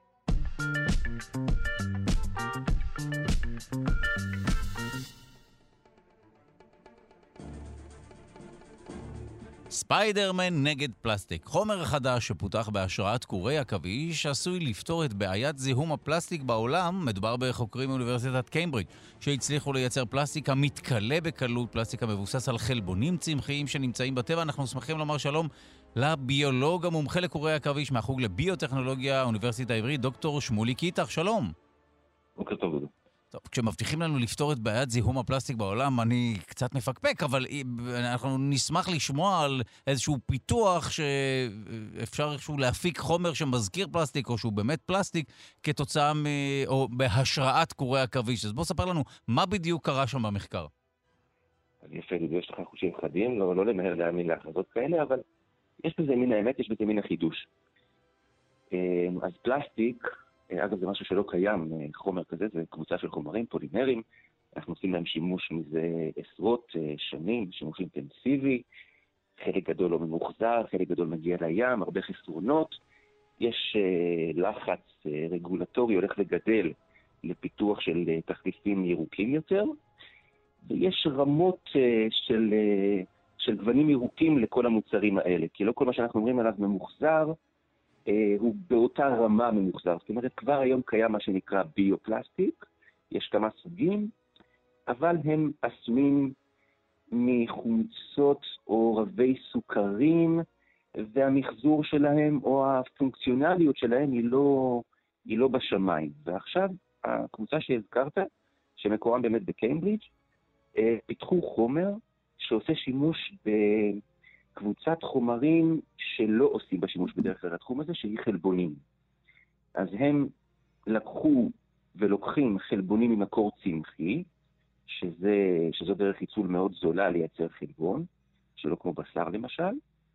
ספיידרמן נגד פלסטיק. חומר חדש שפותח בהשראת קורי עכביש עשוי לפתור את בעיית זיהום הפלסטיק בעולם. מדובר בחוקרים מאוניברסיטת קיימברידג' שהצליחו לייצר פלסטיק המתכלה בקלות, פלסטיק המבוסס על חלבונים צמחיים שנמצאים בטבע. אנחנו שמחים לומר שלום לביולוג המומחה לקורי עכביש מהחוג לביוטכנולוגיה, האוניברסיטה העברית, דוקטור שמוליק איתך. שלום. בוקר טוב. טוב, כשמבטיחים לנו לפתור את בעיית זיהום הפלסטיק בעולם, אני קצת מפקפק, אבל אנחנו נשמח לשמוע על איזשהו פיתוח שאפשר איכשהו להפיק חומר שמזכיר פלסטיק, או שהוא באמת פלסטיק, כתוצאה או בהשראת קורי עכביש. אז בוא ספר לנו, מה בדיוק קרה שם במחקר? אז יפה, יש לך חושים חדים, לא למהר להאמין להכרזות כאלה, אבל יש בזה מין האמת, יש בזה מין החידוש. אז פלסטיק, אגב, זה משהו שלא קיים, חומר כזה, זה קבוצה של חומרים, פולימרים, אנחנו עושים להם שימוש מזה עשרות שנים, שימוש אינטנסיבי, חלק גדול לא ממוחזר, חלק גדול מגיע לים, הרבה חסרונות, יש לחץ רגולטורי הולך וגדל לפיתוח של תחליפים ירוקים יותר, ויש רמות של גוונים ירוקים לכל המוצרים האלה, כי לא כל מה שאנחנו אומרים עליו ממוחזר, הוא באותה רמה ממוחזר. זאת אומרת, כבר היום קיים מה שנקרא ביופלסטיק, יש כמה סוגים, אבל הם עשויים מחומצות או רבי סוכרים, והמחזור שלהם או הפונקציונליות שלהם היא לא בשמיים. ועכשיו, הקבוצה שהזכרת, שמקורם באמת בקיימברידג', פיתחו חומר שעושה שימוש קבוצת חומרים שלא עושים בשימוש בדרך כלל התחום הזה, שהיא חלבונים. אז הם לקחו ולוקחים חלבונים ממקור צמחי, שזו דרך ייצול מאוד זולה לייצר חלבון, שלא כמו בשר למשל,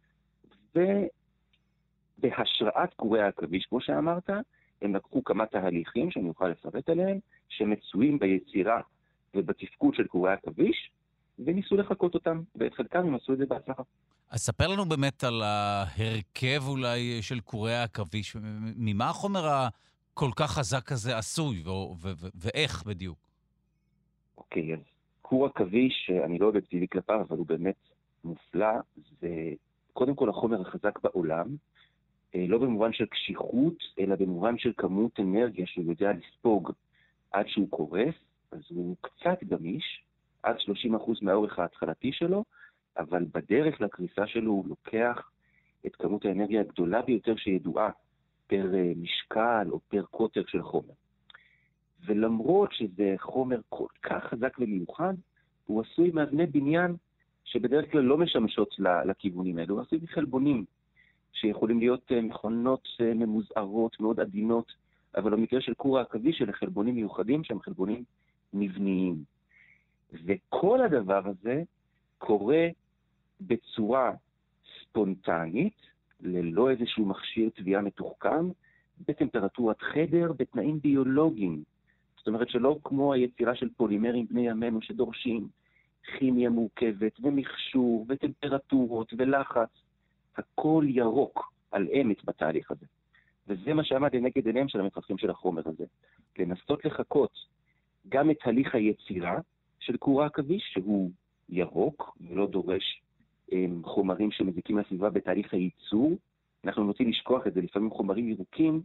ובהשראת קורי העכביש, כמו שאמרת, הם לקחו כמה תהליכים שאני אוכל לפרט עליהם, שמצויים ביצירה ובתפקוד של קורי העכביש, וניסו לחקות אותם, ואת חלקם הם עשו את זה בהצלחה. אז ספר לנו באמת על ההרכב אולי של קורי העכביש, ממה החומר הכל כך חזק הזה עשוי, ואיך בדיוק? אוקיי, אז קור עכביש, אני לא אובייקטיבי כלפיו, אבל הוא באמת מופלא, זה קודם כל החומר החזק בעולם, לא במובן של קשיחות, אלא במובן של כמות אנרגיה שהוא יודע לספוג עד שהוא קורס, אז הוא קצת גמיש, עד 30% מהאורך ההתחלתי שלו, אבל בדרך לקריסה שלו הוא לוקח את כמות האנרגיה הגדולה ביותר שידועה פר משקל או פר קוטר של חומר. ולמרות שזה חומר כל כך חזק ומיוחד, הוא עשוי מאבני בניין שבדרך כלל לא משמשות לכיוונים האלו, הוא עשוי מחלבונים שיכולים להיות מכונות ממוזערות, מאוד עדינות, אבל במקרה של קור העכביש אלה חלבונים מיוחדים שהם חלבונים מבניים. וכל הדבר הזה קורה בצורה ספונטנית, ללא איזשהו מכשיר טביעה מתוחכם, בטמפרטורת חדר, בתנאים ביולוגיים. זאת אומרת שלא כמו היצירה של פולימרים בני ימינו שדורשים כימיה מורכבת ומכשור וטמפרטורות ולחץ. הכל ירוק על אמת בתהליך הזה. וזה מה שעמד לנגד עיניהם של המפתחים של החומר הזה. לנסות לחכות גם את הליך היצירה של קור העכביש, שהוא ירוק ולא דורש חומרים שמזיקים לסביבה בתהליך הייצור. אנחנו נוטים לשכוח את זה, לפעמים חומרים ירוקים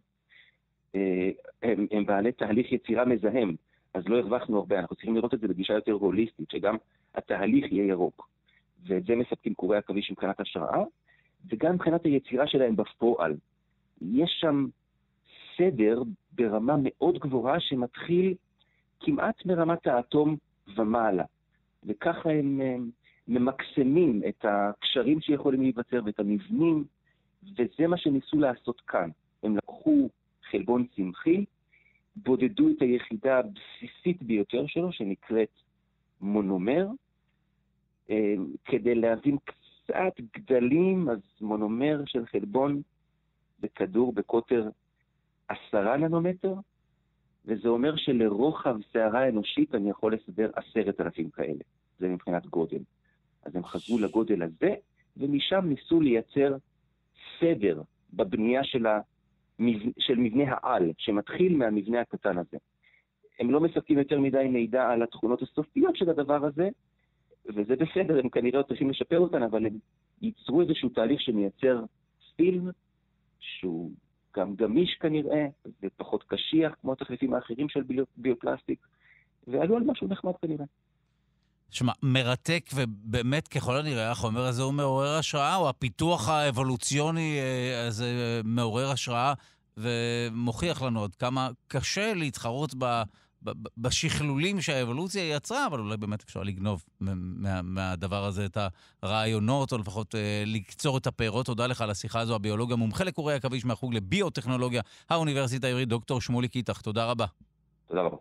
הם בעלי תהליך יצירה מזהם, אז לא הרווחנו הרבה. אנחנו צריכים לראות את זה בגישה יותר הוליסטית, שגם התהליך יהיה ירוק. ואת זה מספקים קורי העכביש מבחינת השראה, וגם מבחינת היצירה שלהם בפועל. יש שם סדר ברמה מאוד גבוהה שמתחיל כמעט מרמת האטום ומעלה. וככה הם ממקסמים את הקשרים שיכולים להיווצר ואת המבנים, וזה מה שניסו לעשות כאן. הם לקחו חלבון צמחי, בודדו את היחידה הבסיסית ביותר שלו, שנקראת מונומר, כדי להבין קצת גדלים. אז מונומר של חלבון זה כדור בקוטר 10 ננומטר, וזה אומר שלרוחב שערה אנושית אני יכול לסדר 10,000 כאלה. זה מבחינת גודל. אז הם חזרו לגודל הזה, ומשם ניסו לייצר סדר בבנייה של מבנה העל, שמתחיל מהמבנה הקטן הזה. הם לא מספקים יותר מדי מידע על התכונות הסופיות של הדבר הזה, וזה בסדר, הם כנראה צריכים לשפר אותן, אבל הם ייצרו איזשהו תהליך שמייצר פילם, שהוא גם גמיש כנראה, ופחות קשיח, כמו התחליפים האחרים של ביופלסטיק, ועלו על משהו נחמד כנראה. שמע, מרתק, ובאמת ככל הנראה החומר הזה הוא מעורר השראה, או הפיתוח האבולוציוני הזה מעורר השראה, ומוכיח לנו עוד כמה קשה להתחרות בשכלולים שהאבולוציה יצרה, אבל אולי באמת אפשר לגנוב מהדבר הזה את הרעיונות, או לפחות לקצור את הפירות. תודה לך על השיחה הזו, הביולוג המומחה לקורי עכביש מהחוג לביוטכנולוגיה, האוניברסיטה העברית, דוקטור שמוליק איתך. תודה רבה. תודה רבה.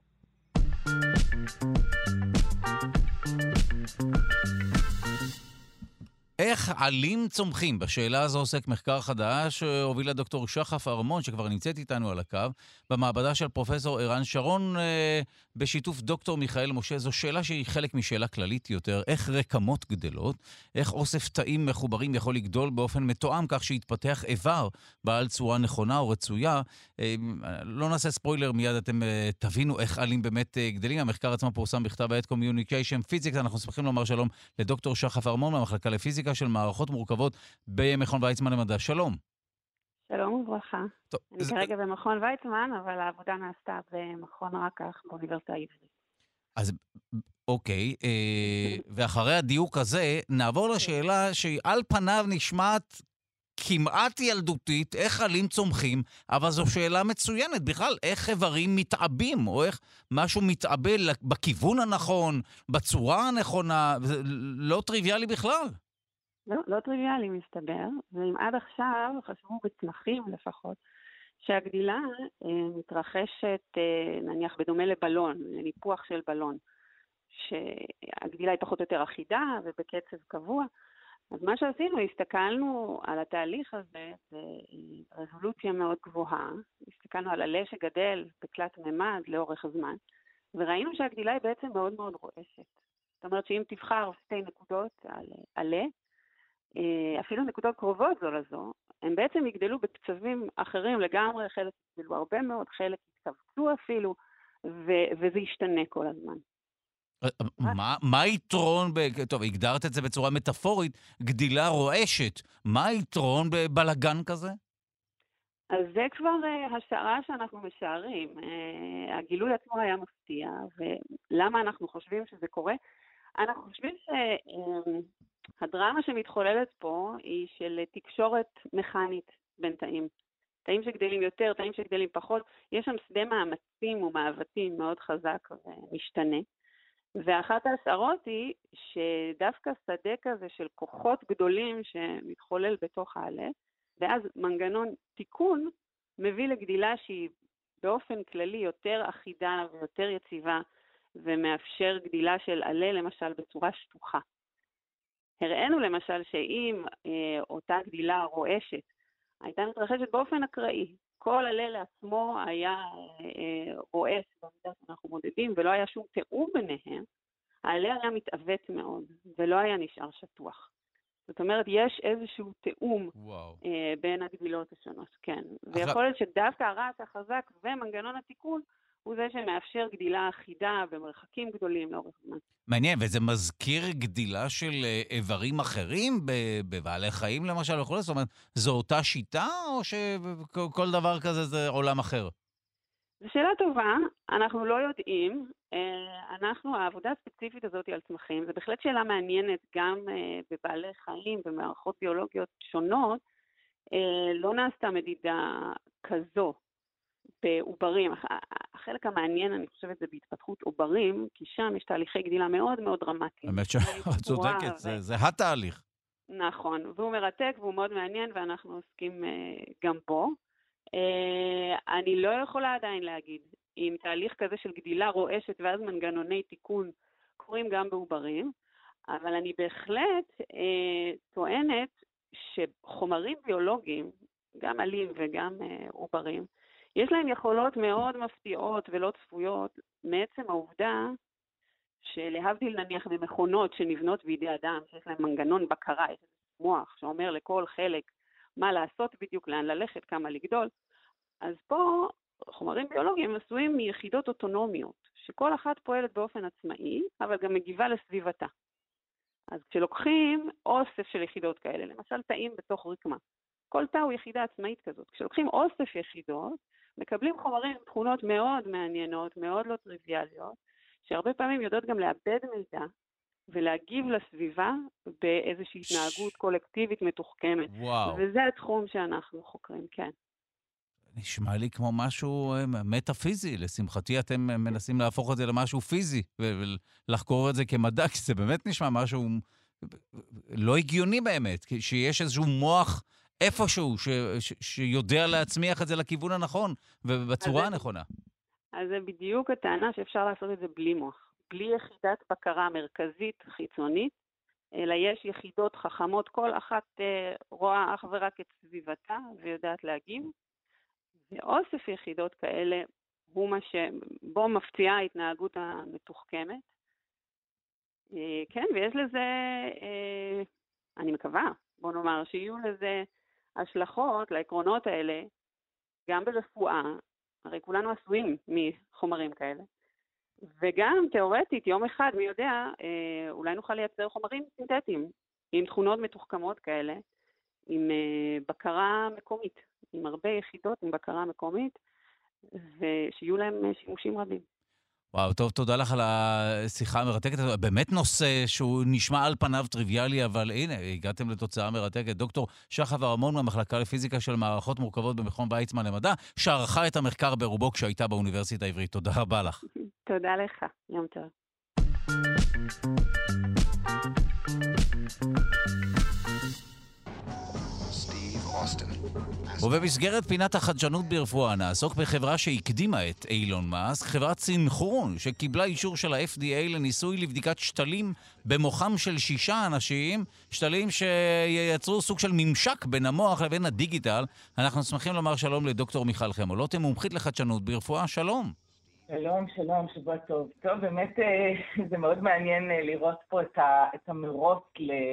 איך עלים צומחים? בשאלה הזו עוסק מחקר חדש שהובילה דוקטור שחף ארמון, שכבר נמצאת איתנו על הקו, במעבדה של פרופסור ערן שרון, בשיתוף דוקטור מיכאל משה. זו שאלה שהיא חלק משאלה כללית יותר, איך רקמות גדלות, איך אוסף תאים מחוברים יכול לגדול באופן מתואם, כך שיתפתח איבר בעל צורה נכונה או רצויה. לא נעשה ספוילר, מיד אתם תבינו איך עלים באמת גדלים. המחקר עצמו פורסם בכתב העת Communication Physics. אנחנו שמחים לומר שלום לדוקטור שחף ארמון מהמחלקה לפיזיקה של מערכות מורכבות במכון ויצמן למדע. שלום. שלום וברכה. אני כרגע במכון ויצמן, אבל העבודה נעשתה במכון רקח באוניברסיטה העברית. אז אוקיי, ואחרי הדיוק הזה נעבור לשאלה שעל פניו נשמעת כמעט ילדותית, איך עלים צומחים, אבל זו שאלה מצוינת. בכלל, איך איברים מתעבים, או איך משהו מתעבה בכיוון הנכון, בצורה הנכונה, זה לא טריוויאלי בכלל. לא טריוויאלי מסתבר, ואם עד עכשיו חשבו בצמחים לפחות, שהגדילה מתרחשת נניח בדומה לבלון, לניפוח של בלון, שהגדילה היא פחות או יותר אחידה ובקצב קבוע. אז מה שעשינו, הסתכלנו על התהליך הזה ברזולוציה מאוד גבוהה, הסתכלנו על עלה שגדל בתלת ממד לאורך הזמן, וראינו שהגדילה היא בעצם מאוד מאוד רועשת. זאת אומרת שאם תבחר שתי נקודות על עלה, אפילו נקודות קרובות זו לזו, הם בעצם יגדלו בקצבים אחרים לגמרי, חלק יגדלו הרבה מאוד, חלק יתכווצו אפילו, וזה ישתנה כל הזמן. מה היתרון, טוב, הגדרת את זה בצורה מטאפורית, גדילה רועשת, מה היתרון בבלגן כזה? אז זה כבר השערה שאנחנו משערים. הגילוי עצמו היה מפתיע, ולמה אנחנו חושבים שזה קורה? אנחנו חושבים שהדרמה שמתחוללת פה היא של תקשורת מכנית בין תאים. תאים שגדלים יותר, תאים שגדלים פחות, יש שם שדה מאמצים ומאבטים מאוד חזק ומשתנה. ואחת ההשערות היא שדווקא שדה כזה של כוחות גדולים שמתחולל בתוך העלה, ואז מנגנון תיקון מביא לגדילה שהיא באופן כללי יותר אחידה ויותר יציבה, ומאפשר גדילה של עלה למשל בצורה שטוחה. הראינו למשל שאם אותה גדילה רועשת הייתה מתרחשת באופן אקראי, כל עלה לעצמו היה רועש במידה שאנחנו מודדים, ולא היה שום תיאום ביניהם, העלה היה מתעוות מאוד, ולא היה נשאר שטוח. זאת אומרת, יש איזשהו תיאום בין הגדילות השונות, כן. ויכול להיות שדווקא הרעש החזק ומנגנון התיקון, הוא זה שמאפשר גדילה אחידה במרחקים גדולים לאורך זמן. מעניין, וזה מזכיר גדילה של איברים אחרים בבעלי חיים למשל וכו'? זאת אומרת, זו אותה שיטה או שכל דבר כזה זה עולם אחר? זו שאלה טובה, אנחנו לא יודעים. העבודה הספציפית הזאת על צמחים, זה בהחלט שאלה מעניינת גם בבעלי חיים, במערכות ביולוגיות שונות, לא נעשתה מדידה כזו. בעוברים, החלק המעניין, אני חושבת, זה בהתפתחות עוברים, כי שם יש תהליכי גדילה מאוד מאוד דרמטיים. באמת שאת צודקת, זה התהליך. נכון, והוא מרתק והוא מאוד מעניין, ואנחנו עוסקים גם בו. אני לא יכולה עדיין להגיד, אם תהליך כזה של גדילה רועשת, ואז מנגנוני תיקון קורים גם בעוברים, אבל אני בהחלט טוענת שחומרים ביולוגיים, גם עלים וגם עוברים, יש להם יכולות מאוד מפתיעות ולא צפויות, מעצם העובדה שלהבדיל נניח במכונות שנבנות בידי אדם, שיש להם מנגנון בקרה, יש מוח שאומר לכל חלק מה לעשות בדיוק, לאן ללכת, כמה לגדול, אז פה חומרים ביולוגיים עשויים מיחידות אוטונומיות, שכל אחת פועלת באופן עצמאי, אבל גם מגיבה לסביבתה. אז כשלוקחים אוסף של יחידות כאלה, למשל תאים בתוך רקמה, כל תא הוא יחידה עצמאית כזאת. כשלוקחים אוסף יחידות, מקבלים חומרים, תכונות מאוד מעניינות, מאוד לא טריוויאליות, שהרבה פעמים יודעות גם לאבד מידע, ולהגיב לסביבה באיזושהי התנהגות קולקטיבית מתוחכמת. וואו. וזה התחום שאנחנו חוקרים, כן. נשמע לי כמו משהו מטאפיזי. לשמחתי אתם מנסים להפוך את זה למשהו פיזי, ולחקור את זה כמדע, כי זה באמת נשמע משהו לא הגיוני באמת, שיש איזשהו מוח איפשהו שיודע להצמיח את זה לכיוון הנכון, ובצורה הנכונה. אז זה בדיוק הטענה שאפשר לעשות את זה בלי מוח. בלי יחידת בקרה מרכזית חיצונית, אלא יש יחידות חכמות, כל אחת רואה אך ורק את סביבתה ויודעת להגיב. ואוסף יחידות כאלה הוא מה שבו מפתיעה ההתנהגות המתוחכמת. כן, ויש לזה, אני מקווה, בוא נאמר, שיהיו לזה השלכות לעקרונות האלה, גם ברפואה, הרי כולנו עשויים מחומרים כאלה, וגם תיאורטית, יום אחד, מי יודע, אולי נוכל לייצר חומרים סינתטיים, עם תכונות מתוחכמות כאלה, עם בקרה מקומית, עם הרבה יחידות עם בקרה מקומית, ושיהיו להם שימושים רבים. וואו, טוב, תודה לך על השיחה המרתקת. באמת נושא שהוא נשמע על פניו טריוויאלי, אבל הנה, הגעתם לתוצאה מרתקת. דוקטור שחר ארמון מהמחלקה לפיזיקה של מערכות מורכבות במכון ויצמן למדע, שערכה את המחקר ברובו כשהייתה באוניברסיטה העברית. תודה רבה לך. תודה לך, יום טוב. Steve ובמסגרת פינת החדשנות ברפואה נעסוק בחברה שהקדימה את אילון מאסק, חברת סינכרון, שקיבלה אישור של ה-FDA לניסוי לבדיקת שתלים במוחם של 6 אנשים, שתלים שייצרו סוג של ממשק בין המוח לבין הדיגיטל. אנחנו שמחים לומר שלום לדוקטור מיכל חמולוטה, מומחית לחדשנות ברפואה. שלום. שלום, שלום, שבוע טוב. טוב, באמת זה מאוד מעניין לראות פה את המרוץ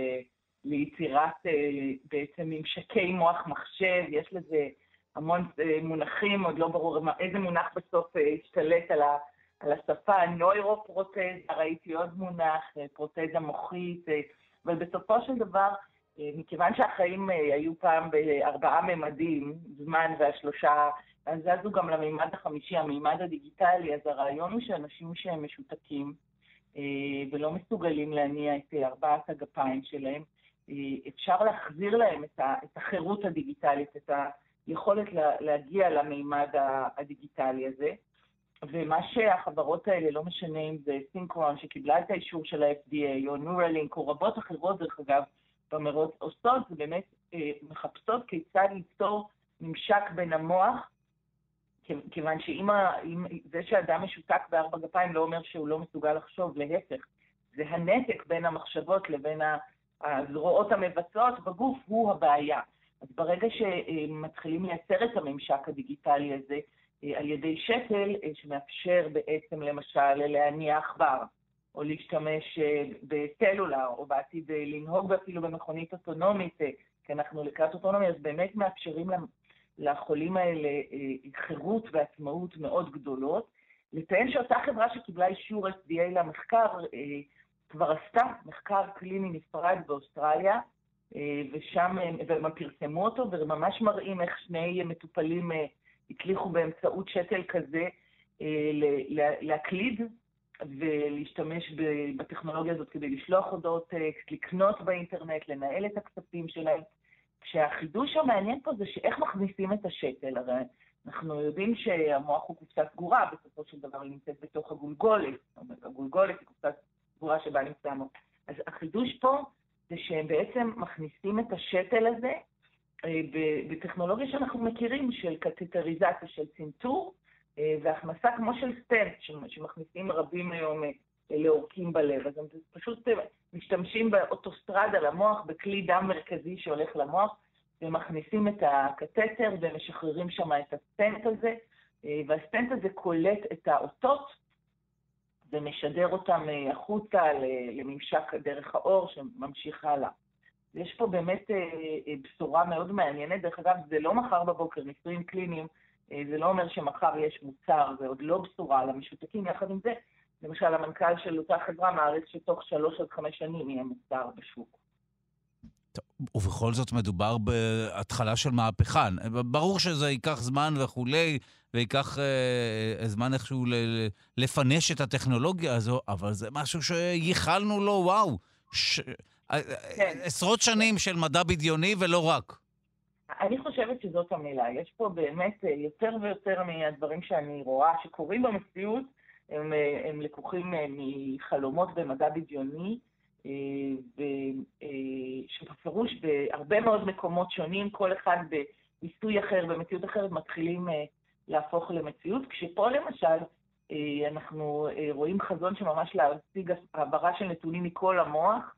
ליצירת בעצם ממשקי מוח מחשב. יש לזה המון מונחים, עוד לא ברור איזה מונח בסוף השתלט על השפה. נוירופרוטזה, ראיתי עוד מונח, פרוטזה מוחית, אבל בסופו של דבר, מכיוון שהחיים היו פעם ב4 ממדים, זמן והשלושה, אז זזו גם למימד החמישי, המימד הדיגיטלי. אז הרעיון הוא שאנשים שהם משותקים ולא מסוגלים להניע את 4 הגפיים שלהם, אפשר להחזיר להם את החירות הדיגיטלית, את היכולת להגיע למימד הדיגיטלי הזה. ומה שהחברות האלה, לא משנה אם זה סינכרון שקיבלה את האישור של ה-FDA, או נורלינק, או רבות אחרות דרך אגב במרוץ עושות, זה באמת מחפשות כיצד ליצור ממשק בין המוח, כיוון שאם זה שאדם משותק ב4 גפיים לא אומר שהוא לא מסוגל לחשוב, להפך. זה הנתק בין המחשבות לבין הזרועות המבצעות בגוף הוא הבעיה. אז ברגע שמתחילים לייצר את הממשק הדיגיטלי הזה על ידי שתל שמאפשר בעצם למשל להניע עכבר, או להשתמש בסלולר, או בעתיד לנהוג אפילו במכונית אוטונומית, כי אנחנו לקראת אוטונומיה, אז באמת מאפשרים לחולים האלה חירות ועצמאות מאוד גדולות. לציין שאותה חברה שקיבלה אישור FDA למחקר, כבר עשתה מחקר קליני נפרד באוסטרליה, ושם הם פרסמו אותו, וממש מראים איך 2 מטופלים הצליחו באמצעות שתל כזה להקליד ולהשתמש בטכנולוגיה הזאת כדי לשלוח הודעות טקסט, לקנות באינטרנט, לנהל את הכספים שלהם. כשהחידוש המעניין פה זה שאיך מכניסים את השתל. הרי אנחנו יודעים שהמוח הוא קופסה סגורה, בסופו של דבר היא נמצאת בתוך הגולגולת. הגולגולת היא קופסה סגורה שבה נמצא המוח. אז החידוש פה זה שהם בעצם מכניסים את השתל הזה בטכנולוגיה שאנחנו מכירים של קתטריזציה, של צנתור, והכנסה כמו של סטנט, שמכניסים רבים היום לעורקים בלב. אז הם פשוט משתמשים באוטוסטרדה למוח, בכלי דם מרכזי שהולך למוח, ומכניסים את הקתטר ומשחררים שם את הסטנט הזה, והסטנט הזה קולט את האותות, ומשדר אותם החוצה לממשק דרך האור שממשיך הלאה. יש פה באמת בשורה מאוד מעניינת. דרך אגב, זה לא מחר בבוקר, ניסויים קליניים, זה לא אומר שמחר יש מוצר, זה עוד לא בשורה למשותקים. יחד עם זה, למשל, המנכ"ל של אותה חברה מעריך שתוך 3 עד 5 שנים יהיה מוצר בשוק. ובכל זאת מדובר בהתחלה של מהפכה. ברור שזה ייקח זמן וכולי, ויקח זמן איכשהו לפנש את הטכנולוגיה הזו, אבל זה משהו שייחלנו לו, וואו, עשרות שנים של מדע בדיוני ולא רק. אני חושבת שזאת המילה. יש פה באמת יותר ויותר מהדברים שאני רואה שקורים במציאות, הם לקוחים מחלומות במדע בדיוני, שבפירוש בהרבה מאוד מקומות שונים, כל אחד בניסוי אחר, במציאות אחרת, מתחילים להפוך למציאות. כשפה למשל אנחנו רואים חזון שממש להשיג העברה של נתונים מכל המוח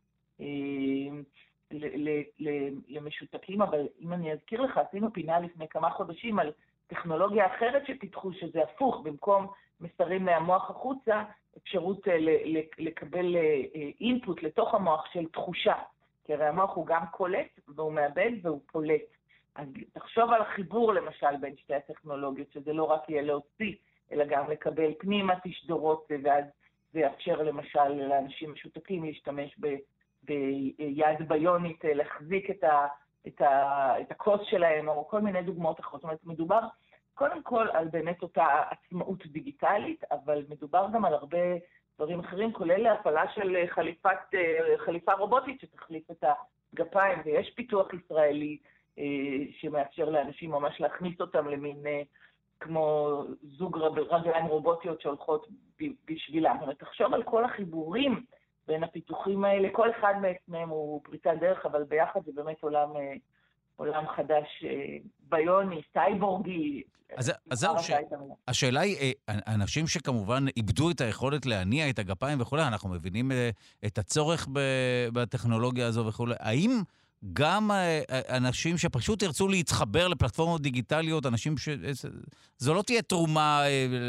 למשותקים, אבל אם אני אזכיר לך, עשינו פינה לפני כמה חודשים על טכנולוגיה אחרת שפיתחו, שזה הפוך, במקום מסרים מהמוח החוצה, אפשרות לקבל אינפוט לתוך המוח של תחושה, כי הרי המוח הוא גם קולט והוא מאבד והוא פולט. אז תחשוב על החיבור למשל בין שתי הטכנולוגיות, שזה לא רק יהיה להוציא, אלא גם לקבל פנימה תשדורות, ואז זה יאפשר למשל לאנשים משותקים להשתמש ביד ביונית, להחזיק את הכוס שלהם, או כל מיני דוגמאות אחרות. זאת אומרת, מדובר קודם כל על באמת אותה עצמאות דיגיטלית, אבל מדובר גם על הרבה דברים אחרים, כולל להפעלה של חליפה רובוטית שתחליף את הגפיים, ויש פיתוח ישראלי שמאפשר לאנשים ממש להכניס אותם למין כמו זוג רגליים רובוטיות שהולכות בשבילם. זאת אומרת, תחשוב על כל החיבורים בין הפיתוחים האלה, כל אחד מהם הוא פריצת דרך, אבל ביחד זה באמת עולם חדש, ביוני, סייבורגי. אז זהו, השאלה היא, אנשים שכמובן איבדו את היכולת להניע את הגפיים וכו', אנחנו מבינים את הצורך בטכנולוגיה הזו וכו', האם גם אנשים שפשוט ירצו להתחבר לפלטפורמות דיגיטליות, אנשים זו לא תהיה תרומה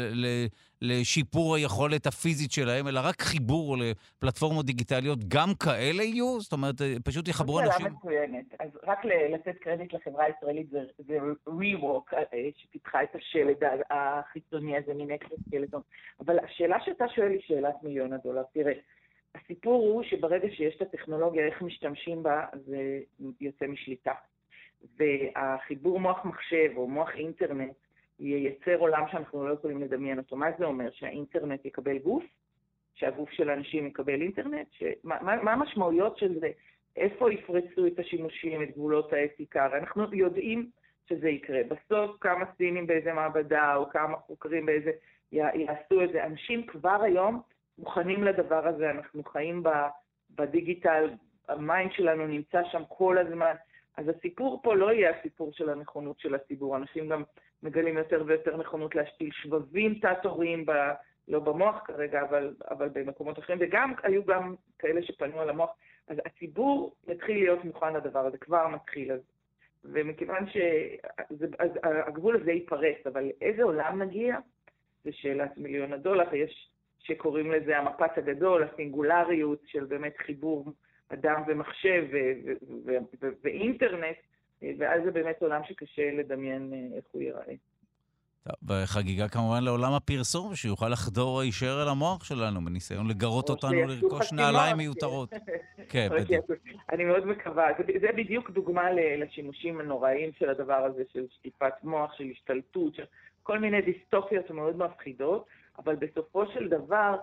לשיפור היכולת הפיזית שלהם, אלא רק חיבור לפלטפורמות דיגיטליות, גם כאלה יהיו? זאת אומרת, פשוט יחברו אנשים... שאלה מצוינת. אז רק לתת קרדיט לחברה הישראלית, זה ReWalk, שפיתחה את השלד החיצוני הזה מנקסקלטון. אבל השאלה שאתה שואל היא שאלת $1,000,000. תראה, הסיפור הוא שברגע שיש את הטכנולוגיה, איך משתמשים בה, זה יוצא משליטה. והחיבור מוח מחשב או מוח אינטרנט ייצר עולם שאנחנו לא יכולים לדמיין אותו. מה זה אומר? שהאינטרנט יקבל גוף? שהגוף של האנשים יקבל אינטרנט? מה המשמעויות של זה? איפה יפרצו את השימושים, את גבולות האתיקה? אנחנו יודעים שזה יקרה. בסוף כמה סינים באיזה מעבדה או כמה חוקרים באיזה יעשו את זה. אנשים כבר היום מוכנים לדבר הזה, אנחנו חיים בדיגיטל, המיינד שלנו נמצא שם כל הזמן, אז הסיפור פה לא יהיה הסיפור של הנכונות של הציבור, אנשים גם מגלים יותר ויותר נכונות להשתיל שבבים תת-הוריים, לא במוח כרגע, אבל במקומות אחרים, וגם היו גם כאלה שפנו על המוח, אז הציבור מתחיל להיות מוכן לדבר הזה, כבר מתחיל, ומכיוון שהגבול הזה ייפרס, אבל איזה עולם נגיע? זה שאלת $1,000,000, יש שקוראים לזה המפץ הגדול, הסינגולריות של באמת חיבור אדם ומחשב ואינטרנט, ואז זה באמת עולם שקשה לדמיין איך הוא ייראה. וחגיגה כמובן לעולם הפרסום, שיוכל לחדור הישר אל המוח שלנו, בניסיון לגרות אותנו לרכוש נעליים מיותרות. כן, בדיוק. אני מאוד מקווה. זה בדיוק דוגמה לשימושים הנוראיים של הדבר הזה, של שטיפת מוח, של השתלטות, של כל מיני דיסטופיות מאוד מפחידות, אבל בסופו של דבר,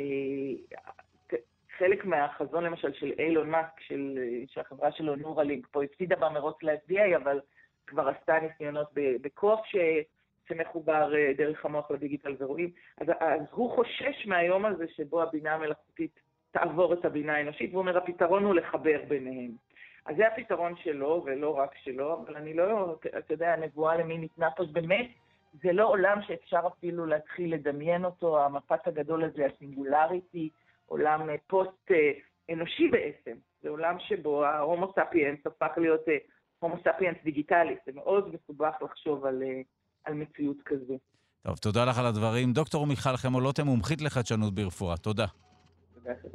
חלק מהחזון למשל של אילון מאסק, שהחברה שלו נורלינק פה הפסידה במרוץ ל-FDA, אבל כבר עשתה ניסיונות בכוח שמחובר דרך המוח לדיגיטל ורואים. אז הוא חושש מהיום הזה שבו הבינה המלאכותית תעבור את הבינה האנושית, והוא אומר, הפתרון הוא לחבר ביניהם. אז זה הפתרון שלו, ולא רק שלו, אבל אני לא, אתה יודע, הנבואה למי ניתנה פה, באמת, זה לא עולם שאפשר אפילו להתחיל לדמיין אותו, המפץ הגדול הזה, הסינגולריטי, עולם פוסט אנושי בעצם. זה עולם שבו ההומו ספיאנס הפך להיות הומו ספיאנס דיגיטלי. זה מאוד מסובך לחשוב על מציאות כזו. טוב, תודה לך על הדברים. דוקטור מיכל חמולוטם, מומחית לחדשנות ברפואה. תודה. תודה, תודה.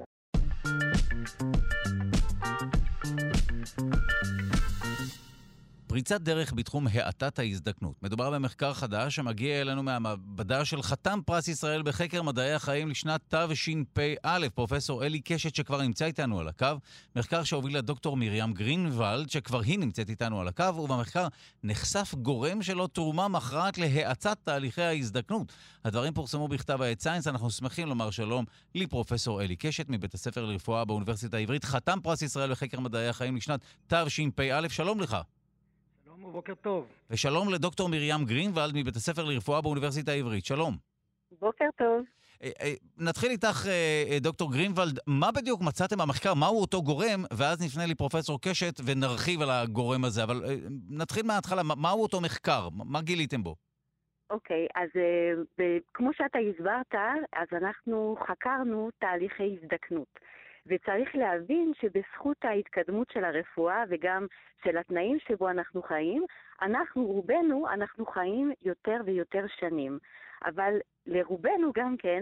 פריצת דרך בתחום האטת ההזדקנות. מדובר במחקר חדש שמגיע אלינו מהמעבדה של חתם פרס ישראל בחקר מדעי החיים לשנת תשפ"א, פרופסור אלי קשת שכבר נמצא איתנו על הקו, מחקר שהובילה דוקטור מרים גרינוולד שכבר היא נמצאת איתנו על הקו, ובמחקר נחשף גורם שלו תרומה מכרעת להאצת תהליכי ההזדקנות. הדברים פורסמו בכתב העת סיינס, אנחנו שמחים לומר שלום לפרופסור אלי קשת מבית הספר לרפואה באוניברסיטה העברית, חתם פרס ישראל בחקר מדעי החיים לשנת תשפ"א. שלום לך. בוקר טוב. ושלום לדוקטור מרים גרינוולד מבית הספר לרפואה באוניברסיטה העברית. שלום. בוקר טוב. נתחיל איתך, דוקטור גרינוולד, מה בדיוק מצאתם במחקר? מהו אותו גורם? ואז נפנה לפרופסור קשת ונרחיב על הגורם הזה. אבל נתחיל מההתחלה, מהו אותו מחקר? מה גיליתם בו? אוקיי, אז כמו שאתה הסברת, אז אנחנו חקרנו תהליכי הזדקנות. וצריך להבין שבזכות ההתקדמות של הרפואה וגם של התנאים שבו אנחנו חיים, רובנו חיים יותר ויותר שנים. אבל לרובנו גם כן,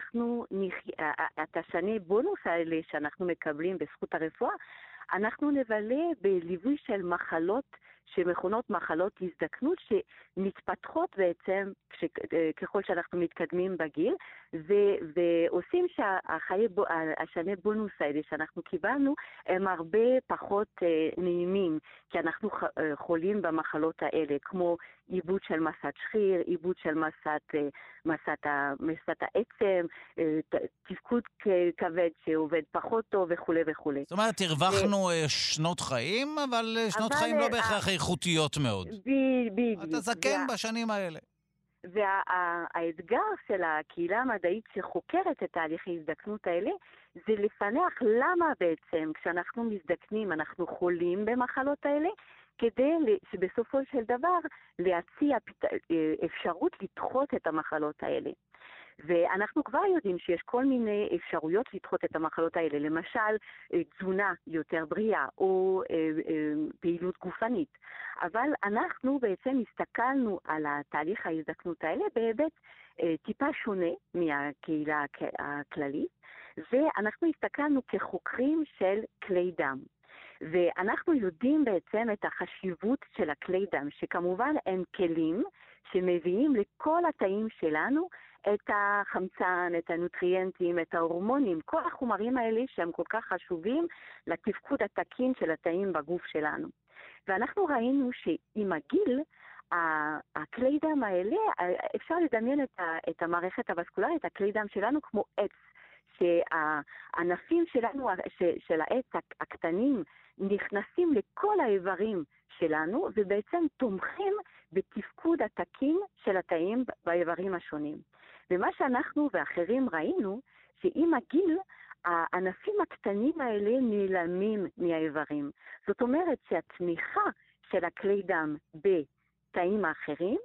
את השני בונוס האלה שאנחנו מקבלים בזכות הרפואה, אנחנו נבלה בליווי של מחלות שמכונות מחלות הזדקנות שמתפתחות בעצם ככל שאנחנו מתקדמים בגיל, ועושים שהשני בונוס האלה שאנחנו קיבלנו הם הרבה פחות נעימים, כי אנחנו חולים במחלות האלה, כמו עיבוד של מסת שריר, עיבוד של מסת העצם, תפקוד כבד שעובד פחות טוב וכו' וכו'. זאת אומרת, הרווחנו שנות חיים, אבל שנות חיים לא בהכרח איכותיות מאוד. בדיוק. אתה זקן בשנים האלה. והאתגר של הקהילה המדעית שחוקרת את תהליכי הזדקנות האלה, זה לפענח למה בעצם כשאנחנו מזדקנים אנחנו חולים במחלות האלה, כדי שבסופו של דבר להציע אפשרות לדחות את המחלות האלה. ואנחנו כבר יודעים שיש כל מיני אפשרויות לדחות את המחלות האלה, למשל תזונה יותר בריאה או פעילות גופנית. אבל אנחנו בעצם הסתכלנו על התהליך ההזדקנות האלה בהיבט טיפה שונה מהקהילה הכללית, ואנחנו הסתכלנו כחוקרים של כלי דם. ואנחנו יודעים בעצם את החשיבות של הכלי דם, שכמובן הם כלים שמביאים לכל התאים שלנו את החמצן, את הנוטריאנטים, את ההורמונים, כל החומרים האלה שהם כל כך חשובים לתפקוד התקין של התאים בגוף שלנו. ואנחנו ראינו שעם הגיל, הכלי דם האלה, אפשר לדמיין את המערכת הווסקולרית, הכלי דם שלנו כמו עץ, שהענפים שלנו, של העץ הקטנים, נכנסים לכל האיברים שלנו, ובעצם תומכים בתפקוד התקין של התאים באיברים השונים. ומה שאנחנו ואחרים ראינו, שעם הגיל, הענפים הקטנים האלה נעלמים מהאיברים. זאת אומרת שהתמיכה של הכלי דם בתאים האחרים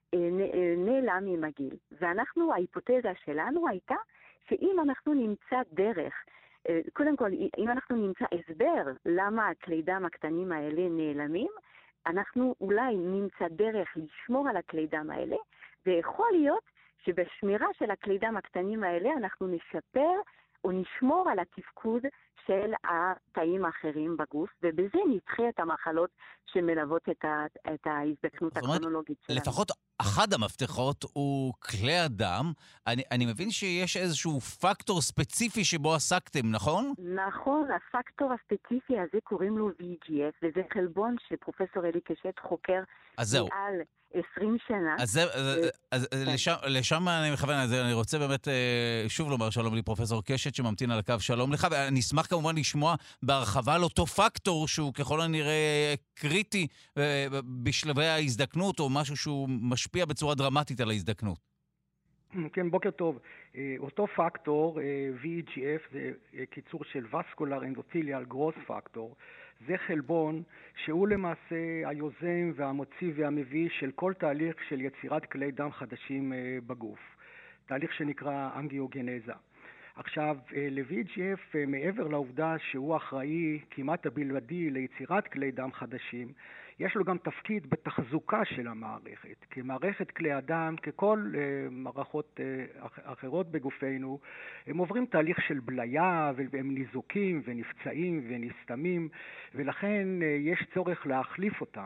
נעלם עם הגיל. ואנחנו, ההיפותזה שלנו הייתה שאם אנחנו נמצא דרך, קודם כל, אם אנחנו נמצא הסבר למה הכלי דם הקטנים האלה נעלמים, אנחנו אולי נמצא דרך לשמור על הכלי דם האלה, ויכול להיות שבשמירה של הכלי דם הקטנים האלה אנחנו נשפר או נשמור על התפקוד של התאים האחרים בגוף, ובזה נדחה את המחלות שמלוות את ההזדקנות הקרונולוגית שלנו. לפחות אחד המפתחות הוא כלי הדם. אני מבין שיש איזשהו פקטור ספציפי שבו עסקתם, נכון? נכון, הפקטור הספציפי הזה קוראים לו VEGF, וזה חלבון שפרופסור אלי קשת חוקר מעל 20 שנה. אז לשם אני מכוון, אני רוצה באמת שוב לומר שלום לי פרופסור קשת שממתין על הקו, שלום לך, ואני אשמח כמובן לשמוע בהרחבה על אותו פקטור שהוא ככל הנראה קריטי בשלבי ההזדקנות, או משהו שהוא משפיע בצורה דרמטית על ההזדקנות. כן, בוקר טוב. אותו פקטור, VEGF, זה קיצור של Vascular Endothelial Growth Factor, זה חלבון שהוא למעשה היוזם והמוציא והמביא של כל תהליך של יצירת כלי דם חדשים בגוף. תהליך שנקרא אנגיוגנזה. עכשיו, ל-VEGF, מעבר לעובדה שהוא אחראי כמעט הבלעדי ליצירת כלי דם חדשים, יש לו גם תפקיד בתחזוקה של המערכת. כמערכת כלי הדם, ככל מערכות אחרות בגופנו, הם עוברים תהליך של בליה, והם ניזוקים ונפצעים ונסתמים, ולכן יש צורך להחליף אותם.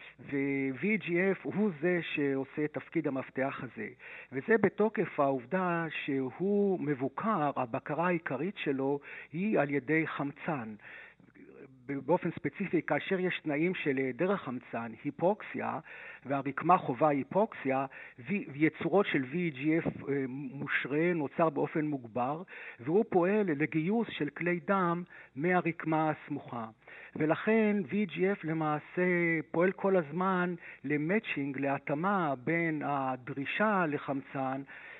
ו-VEGF הוא זה שעושה את תפקיד המפתח הזה, וזה בתוקף העובדה שהוא מבוקר, הבקרה העיקרית שלו היא על ידי חמצן. באופן ספציפי, כאשר יש תנאים של דרך חמצן, היפוקסיה, והרקמה חובה היפוקסיה, ויצורות של VEGF מושרה, נוצר באופן מוגבר, והוא פועל לגיוס של כלי דם מהרקמה הסמוכה. ולכן VEGF למעשה פועל כל הזמן למאצ'ינג, להתאמה בין הדרישה לחמצן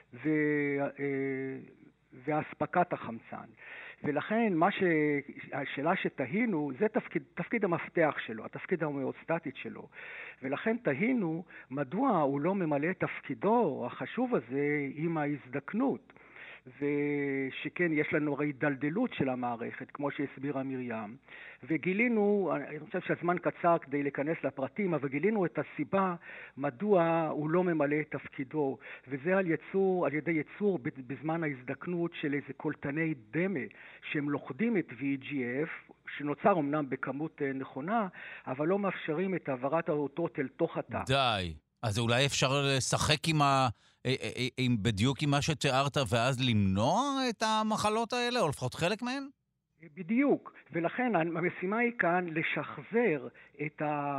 והספקת החמצן. ולכן השאלה שתהינו, זה תפקיד המפתח שלו, התפקיד ההומאוסטטית שלו. ולכן תהינו מדוע הוא לא ממלא את תפקידו החשוב הזה עם ההזדקנות. ושכן יש לנו הרי דלדלות של המערכת, כמו שהסבירה מרים, וגילינו, אני חושב שהזמן קצר כדי להיכנס לפרטים, אבל גילינו את הסיבה מדוע הוא לא ממלא את תפקידו, וזה על ידי יצור בזמן ההזדקנות של איזה קולטני דמה, שהם לוכדים את VEGF, שנוצר אמנם בכמות נכונה, אבל לא מאפשרים את העברת האותות אל תוך התא. די. אז אולי אפשר לשחק בדיוק עם מה שתיארת, ואז למנוע את המחלות האלה, או לפחות חלק מהן? בדיוק, ולכן המשימה היא כאן לשחזר את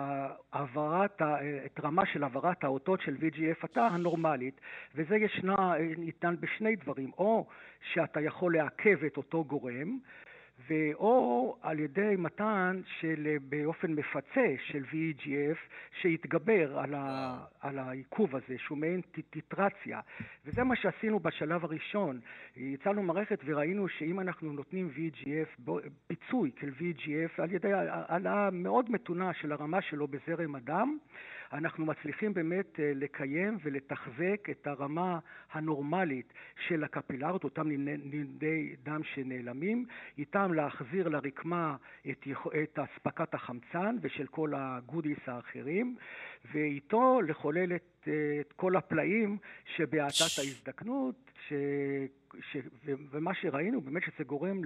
רמה של העברת האותות של VEGF התא הנורמלית, וזה ניתן בשני דברים, או שאתה יכול לעכב את אותו גורם, או על ידי מתן באופן מפצה של VEGF שיתגבר על העיכוב הזה, שהוא מעין טיטרציה. וזה מה שעשינו בשלב הראשון. יצאנו מערכת וראינו שאם אנחנו נותנים VEGF, פיצוי של VEGF, על ידי העלאה מאוד מתונה של הרמה שלו בזרם הדם, אנחנו מצליחים באמת לקיים ולתחזק את הרמה הנורמלית של הקפילריות, אותם נמדי דם שנעלמים, איתם להחזיר לרקמה את הספקת החמצן ושל כל הגודיס האחרים, ואיתו לחולל את כל הפלאים שבהאטת ההזדקנות, ומה שראינו באמת שזה גורם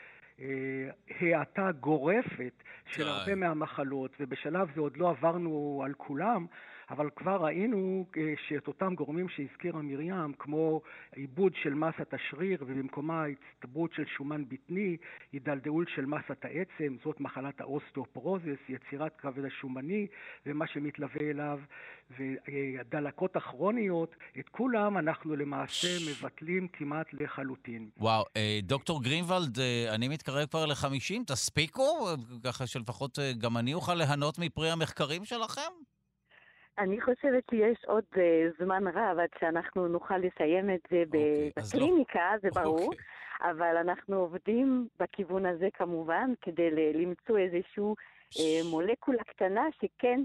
האטה גורפת של הרבה מהמחלות, ובשלב זה עוד לא עברנו על כולם, אבל כבר ראינו שאת אותם גורמים שהזכירה מרים, כמו עיבוד של מסת השריר ובמקומה הצטברות של שומן בטני, הידלדלות של מסת העצם, זאת מחלת האוסטאופורוזיס, יצירת כבד השומני ומה שמתלווה אליו, והדלקות הכרוניות, את כולם אנחנו למעשה מבטלים כמעט לחלוטין. וואו, דוקטור גרינוולד, אני מתקרב כבר ל-50, תספיקו? ככה שלפחות גם אני אוכל ליהנות מפרי המחקרים שלכם? אני חושבת שיש עוד זמן רב עד שאנחנו נוכל לסיים את זה בקליניקה, זה ברור, אבל אנחנו עובדים בכיוון הזה כמובן, כדי למצוא איזשהו מולקולה קטנה שכן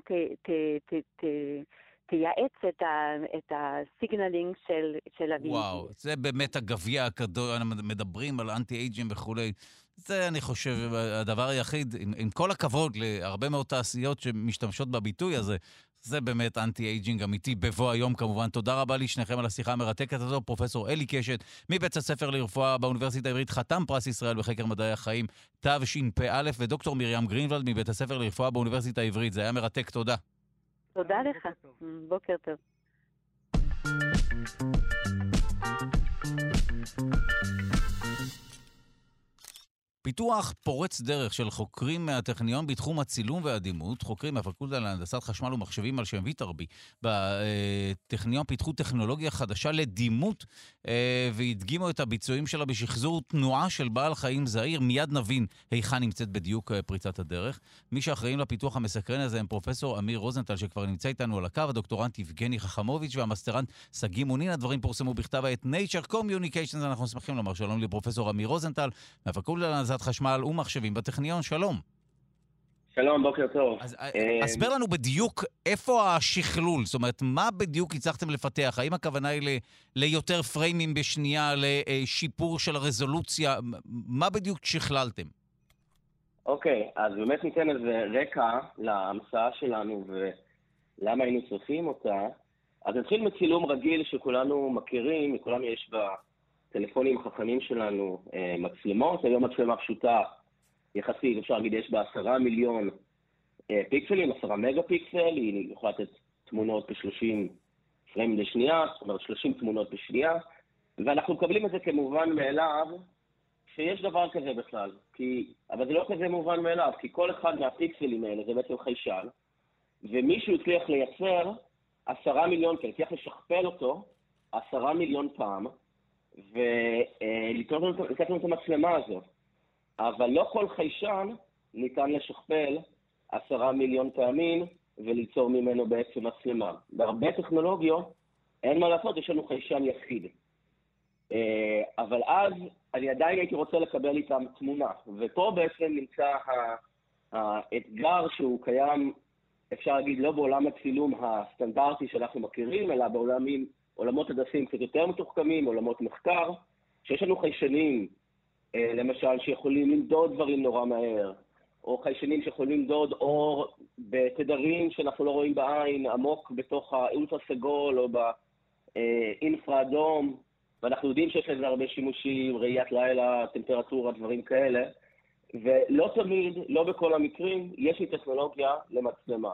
תייעץ את הסיגנלינג של ה-VEGF. וואו, זה באמת הגביע הגדול, מדברים על אנטי-אייג'ים וכולי. זה, אני חושב, הדבר היחיד, עם כל הכבוד להרבה מאוד תעשיות שמשתמשות בביטוי הזה, זה באמת אנטי-אייג'ינג אמיתי בבוא היום כמובן. תודה רבה לשניכם על השיחה המרתקת הזו. פרופסור אלי קשת מבית הספר לרפואה באוניברסיטה העברית, חתם פרס ישראל בחקר מדעי החיים תשפ"א, ודוקטור מרים גרינוולד מבית הספר לרפואה באוניברסיטה העברית. זה היה מרתק, תודה. תודה לך, בוקר טוב. פיתוח פורץ דרך של חוקרים מהטכניון בתחום הצילום והדימות, חוקרים מהפקולטה להנדסת חשמל ומחשבים על שם ויטרבי, בטכניון פיתחו טכנולוגיה חדשה לדימות, והדגימו את הביצועים שלה בשחזור תנועה של בעל חיים זעיר. מיד נבין היכן נמצאת בדיוק פריצת הדרך. מי שאחראים לפיתוח המסקרן הזה הם פרופסור אמיר רוזנטל, שכבר נמצא איתנו על הקו, הדוקטורנט יבגני חכמוביץ' והמסטרנט סגי מונין. הדברים פורסמו בכתב העת Nature Communications. אנחנו שמחים לומר שלום לפרופסור אמיר רוזנטל מהפקולטה להנדסת חשמל ומחשבים בטכניון. שלום. שלום, בוקר טוב. אז הסבר לנו בדיוק איפה השכלול, זאת אומרת, מה בדיוק הצלחתם לפתח? האם הכוונה היא ליותר פריימים בשנייה, לשיפור של הרזולוציה? מה בדיוק שכללתם? אוקיי, אז באמת ניתן איזה רקע להמצאה שלנו ולמה היינו צריכים אותה. אז נתחיל מצילום רגיל שכולנו מכירים, לכולנו יש בטלפונים החכמים שלנו מצלמות. היום מצלמה פשוטה יחסית, אפשר להגיד, יש בה 10 מיליון פיקסלים, 10 מגה פיקסל, היא יכולה לתת תמונות ב-30 פריים לשנייה, זאת אומרת 30 תמונות בשנייה, ואנחנו מקבלים את זה כמובן מאליו, שיש דבר כזה בכלל, אבל זה לא כזה מובן מאליו, כי כל אחד מהפיקסלים האלה זה בעצם חיישן, ומישהו הצליח לייצר 10 מיליון, כי הצליח לשכפל אותו 10 מיליון פעם, ולתת לנו את המצלמה הזו. אבל לא כל חיישן ניתן לשכפל 10 מיליון פעמים וליצור ממנו בעצם מצלמה. בהרבה טכנולוגיות אין מה לעשות, יש לנו חיישן יחיד. אבל אז אני עדיין הייתי רוצה לקבל איתם תמונה. ופה בעצם נמצא האתגר שהוא קיים, אפשר להגיד, לא בעולם הצילום הסטנדרטי שאנחנו מכירים, אלא בעולמות הדסים קצת יותר מתוחכמים, עולמות מחקר, שיש לנו חיישנים, למשל, שיכולים למדוד דברים נורא מהר, או חיישנים שיכולים למדוד אור בתדרים שאנחנו לא רואים בעין, עמוק בתוך האולטרה סגול או באינפרה אדום, ואנחנו יודעים שיש לזה הרבה שימושים, ראיית לילה, טמפרטורה, דברים כאלה, ולא תמיד, לא בכל המקרים, יש לי טכנולוגיה למצלמה.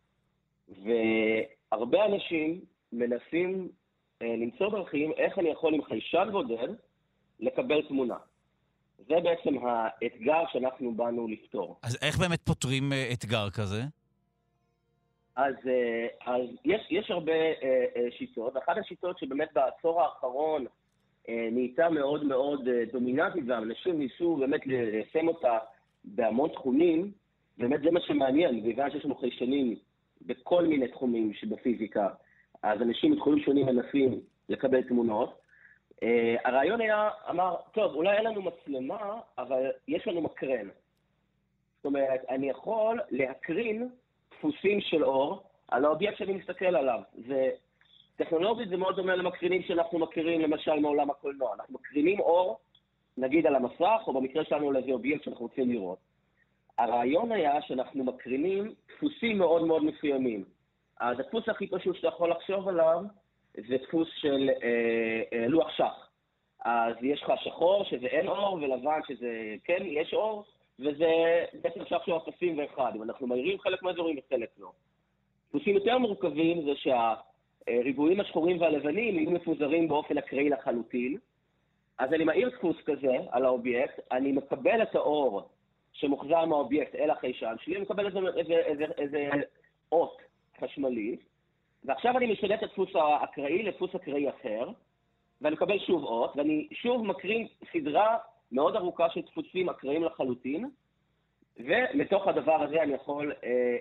והרבה אנשים מנסים למצוא דרכים איך אני יכול עם חיישן בודד לקבל תמונה. זה בעצם האתגר שאנחנו באנו לפתור. אז איך באמת פותרים אתגר כזה? אז יש הרבה שיטות. אחת השיטות שבאמת בעשור האחרון נהייתה מאוד מאוד דומיננטית, והאנשים ניסו באמת ליישם אותה בהמון תחומים. באמת זה מה שמעניין, בגלל שיש לנו חיישנים בכל מיני תחומים שבפיזיקה, אז אנשים מתחומים שונים מנסים לקבל תמונות. הרעיון היה, אמר, טוב, אולי אין לנו מצלמה, אבל יש לנו מקרן. זאת אומרת, אני יכול להקרין דפוסים של אור על האובייקט שאני מסתכל עליו. טכנולוגית זה מאוד דומה למקרינים שאנחנו מכירים, למשל מעולם הקולנוע. אנחנו מקרינים אור, נגיד על המסך, או במקרה שלנו על איזה אובייקט שאנחנו רוצים לראות. הרעיון היה שאנחנו מקרינים דפוסים מאוד מאוד מסוימים. אז הדפוס הכי פשוט שאתה יכול לחשוב עליו, זה דפוס של לוח שח. אז יש לך שחור שזה אין אור, ולבן שזה כן, יש אור, וזה בעצם שח שהוא אפסים ואחד. אם אנחנו מהירים חלק מהאזורים וחלק לא. דפוסים יותר מורכבים זה שהריבועים השחורים והלבנים יהיו מפוזרים באופן אקראי לחלוטין. אז אני מאיר דפוס כזה על האובייקט, אני מקבל את האור שמוחזר מהאובייקט אל החיישן שלי, אני מקבל איזה אות חשמלי, ועכשיו אני משנה את הדפוס האקראי לדפוס אקראי אחר, ואני מקבל שוב אות, ואני שוב מקרין סדרה מאוד ארוכה של דפוסים אקראיים לחלוטין, ולתוך הדבר הזה אני יכול,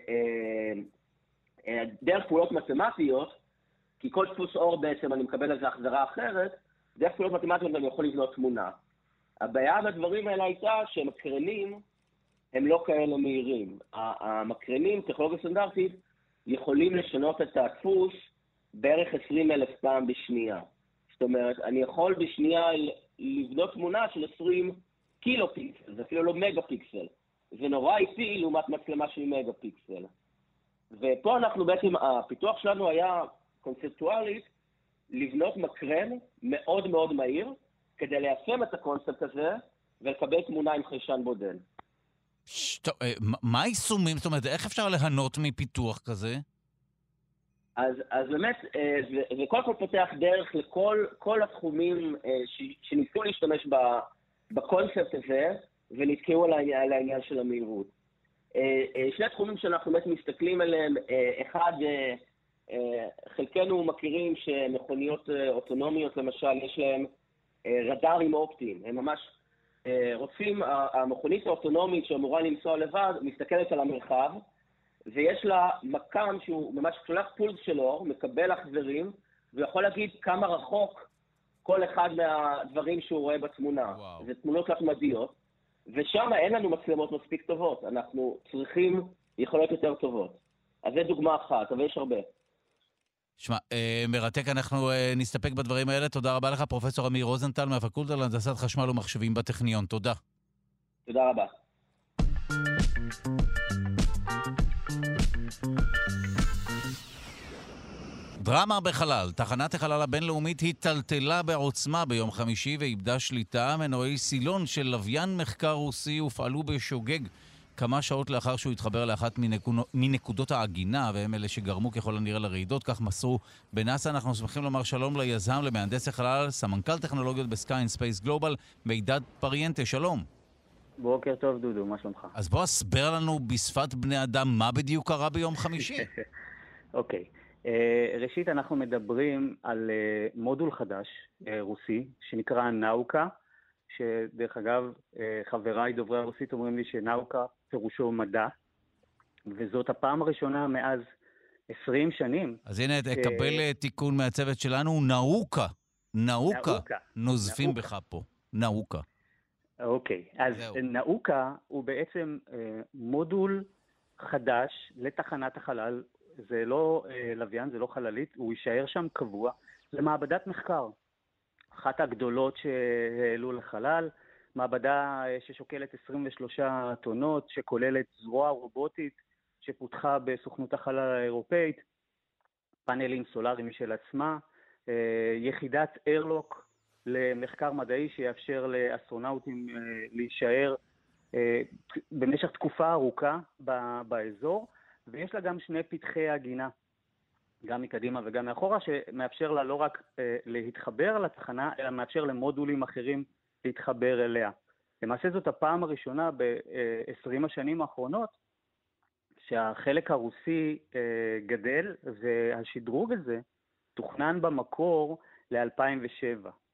דרך פעולות מתמטיות, כי כל דפוס אור בעצם אני מקבל איזו החזרה אחרת, דרך פעולות מתמטיות אני יכול לבנות תמונה. הבעיה בדברים האלה הייתה שמקרנים הם לא כאלה מהירים. המקרנים, טכנולוגיה סטנדרטית, יכולים לשנות את הדפוס בערך 20,000 פעם בשנייה. זאת אומרת, אני יכול בשנייה לבנות תמונה של 20 קילו פיקסל, זה אפילו לא מגה פיקסל. זה נורא איטי לעומת מצלמה של מגה פיקסל. ופה אנחנו בעצם, הפיתוח שלנו היה קונספטואלית, לבנות מקרן מאוד מאוד מהיר, כדי ליישם את הקונספט הזה, ולקבל תמונה עם חיישן בודד. מה היישומים? זאת אומרת, איך אפשר ליהנות מפיתוח כזה? אז באמת, זה קודם כל פותח דרך לכל התחומים שניסו להשתמש בקונספט הזה, ונתקעו על העניין של המהירות. שני תחומים שאנחנו באמת מסתכלים עליהם, אחד, חלקנו מכירים שמכוניות אוטונומיות, למשל, יש להם רדארים אופטיים. הם ממש רוצים, המכונית האוטונומית שאמורה לנסוע לבד, מסתכלת על המרחב, ויש לה מקם שהוא ממש שולח פולס של אור, מקבל החזרים, ויכול להגיד כמה רחוק כל אחד מהדברים שהוא רואה בתמונה. זה תמונות תלת-ממדיות, ושם אין לנו מצלמות מספיק טובות, אנחנו צריכים יכולות יותר טובות. אז זו דוגמה אחת, אבל יש הרבה. שמע, מרתק, אנחנו נסתפק בדברים האלה. תודה רבה לך, פרופסור אמיר רוזנטל, מהפקולטה להנדסת חשמל ומחשבים בטכניון. תודה. תודה רבה. דרמה בחלל. תחנת החלל הבינלאומית היטלטלה בעוצמה ביום חמישי ואיבדה שליטה. מנועי סילון של לוויין מחקר רוסי הופעלו בשוגג כמה שעות לאחר שהוא התחבר לאחת מנקודות העגינה, והם אלה שגרמו ככל הנראה לרעידות. כך מסרו בנאס"א. אנחנו שמחים לומר שלום ליזם, למהנדס החלל, סמנכ"ל טכנולוגיות בסקיי אנד ספייס גלובל, מידד פריאנטה. שלום. בוקר טוב דודו, מה שלומך? אז בוא אסבר לנו בשפת בני אדם מה בדיוק קרה ביום חמישי. אוקיי. ראשית אנחנו מדברים על מודול חדש רוסי שנקרא נאוקה, שדרך אגב חבריי דוברי הרוסית אומרים לי שנאוקה פירושו מדע, וזאת הפעם הראשונה מאז 20 שנים. אז הנה תקבל תיקון מהצוות שלנו, נאוקה. נוזפים בך פה. נאוקה. אוקיי, אז נאוקה הוא בעצם מודול חדש לתחנת החלל. זה לא לוויין, זה לא חללית, הוא יישאר שם קבוע למעבדת מחקר. אחת הגדולות שהעלו לחלל, מעבדה ששוקלת 23 טונות, שכוללת זרוע רובוטית שפותחה בסוכנות החלל האירופאית, פאנלים סולאריים משל עצמה, יחידת איירלוק למחקר מדעי שיאפשר לאסטרונאוטים להישאר במשך תקופה ארוכה באזור, ויש לה גם שני פתחי הגינה, גם מקדימה וגם מאחורה, שמאפשר לה לא רק להתחבר לתחנה, אלא מאפשר למודולים אחרים להתחבר אליה. למעשה זאת הפעם הראשונה ב-20 השנים האחרונות, שהחלק הרוסי גדל, והשדרוג הזה תוכנן במקור ל-2007.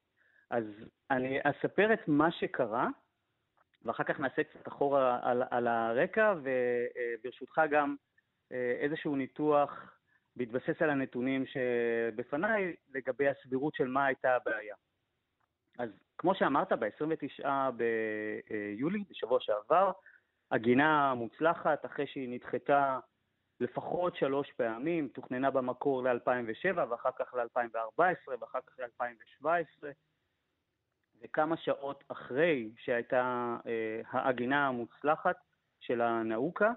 אז אני אספר את מה שקרה, ואחר כך נעשה קצת אחורה על הרקע, וברשותך גם איזשהו ניתוח בהתבסס על הנתונים שבפניי לגבי הסבירות של מה הייתה הבעיה. אז כמו שאמרת, ב-29 ביולי, בשבוע שעבר, הגינה מוצלחת, אחרי שהיא נדחתה לפחות 3 פעמים, תוכננה במקור ל-2007, ואחר כך ל-2014, ואחר כך ל-2017, וכמה שעות אחרי שהייתה ההגינה המוצלחת של הנאוקה,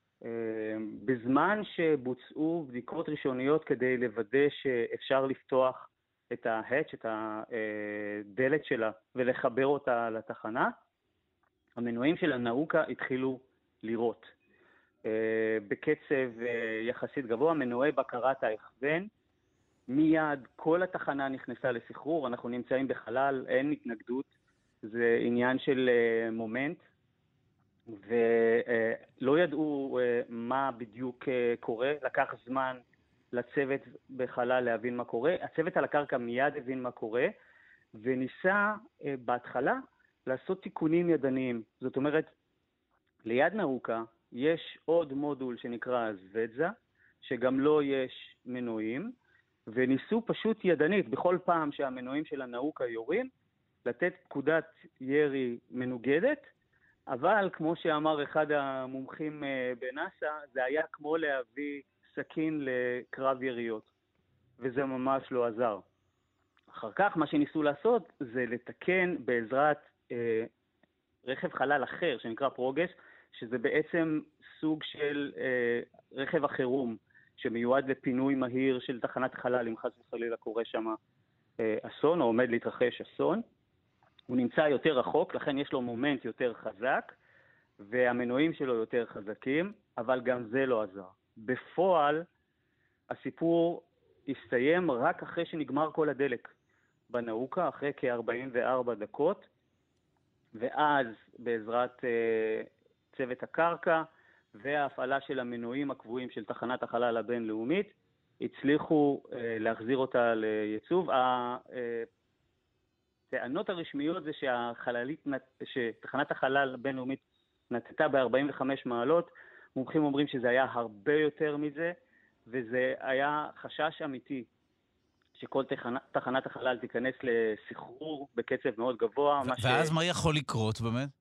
בזמן שבוצעו בדיקות ראשוניות כדי לוודא שאפשר לפתוח את ההץ', את הדלת שלה, ולחבר אותה לתחנה, המנועים של הנאוקה התחילו לירות. בקצב יחסית גבוה, מנועי בקרת ההכוון, מיד כל התחנה נכנסה לסחרור, אנחנו נמצאים בחלל, אין התנגדות, זה עניין של מומנט, ולא ידעו מה בדיוק קורה, לקח זמן לצוות בחלל להבין מה קורה, הצוות על הקרקע מיד הבין מה קורה, וניסה בהתחלה לעשות תיקונים ידניים, זאת אומרת, ליד נאוקה יש עוד מודול שנקרא זוודזה, שגם לו יש מנועים, וניסו פשוט ידנית, בכל פעם שהמנועים של הנאוקה יורים, לתת פקודת ירי מנוגדת, אבל כמו שאמר אחד המומחים בנאסא, זה היה כמו להביא סכין לקרב יריות, וזה ממש לא עזר. אחר כך מה שניסו לעשות זה לתקן בעזרת רכב חלל אחר שנקרא פרוגס, שזה בעצם סוג של רכב החירום, שמיועד לפינוי מהיר של תחנת חלל, אם חס וחלילה קורה שם אסון, או עומד להתרחש אסון. הוא נמצא יותר רחוק, לכן יש לו מומנט יותר חזק, והמנועים שלו יותר חזקים, אבל גם זה לא עזר. בפועל, הסיפור הסתיים רק אחרי שנגמר כל הדלק בנאוקה, אחרי כ-44 דקות, ואז בעזרת צוות הקרקע, וההפעלה של המנועים הקבועים של תחנת החלל הבינלאומית, הצליחו להחזיר אותה לייצוב. הטענות הרשמיות זה שתחנת החלל הבינלאומית נטטה ב-45 מעלות, מומחים אומרים שזה היה הרבה יותר מזה, וזה היה חשש אמיתי שכל תחנת החלל תיכנס לסחרור בקצב מאוד גבוה. ואז מה יכול לקרות באמת?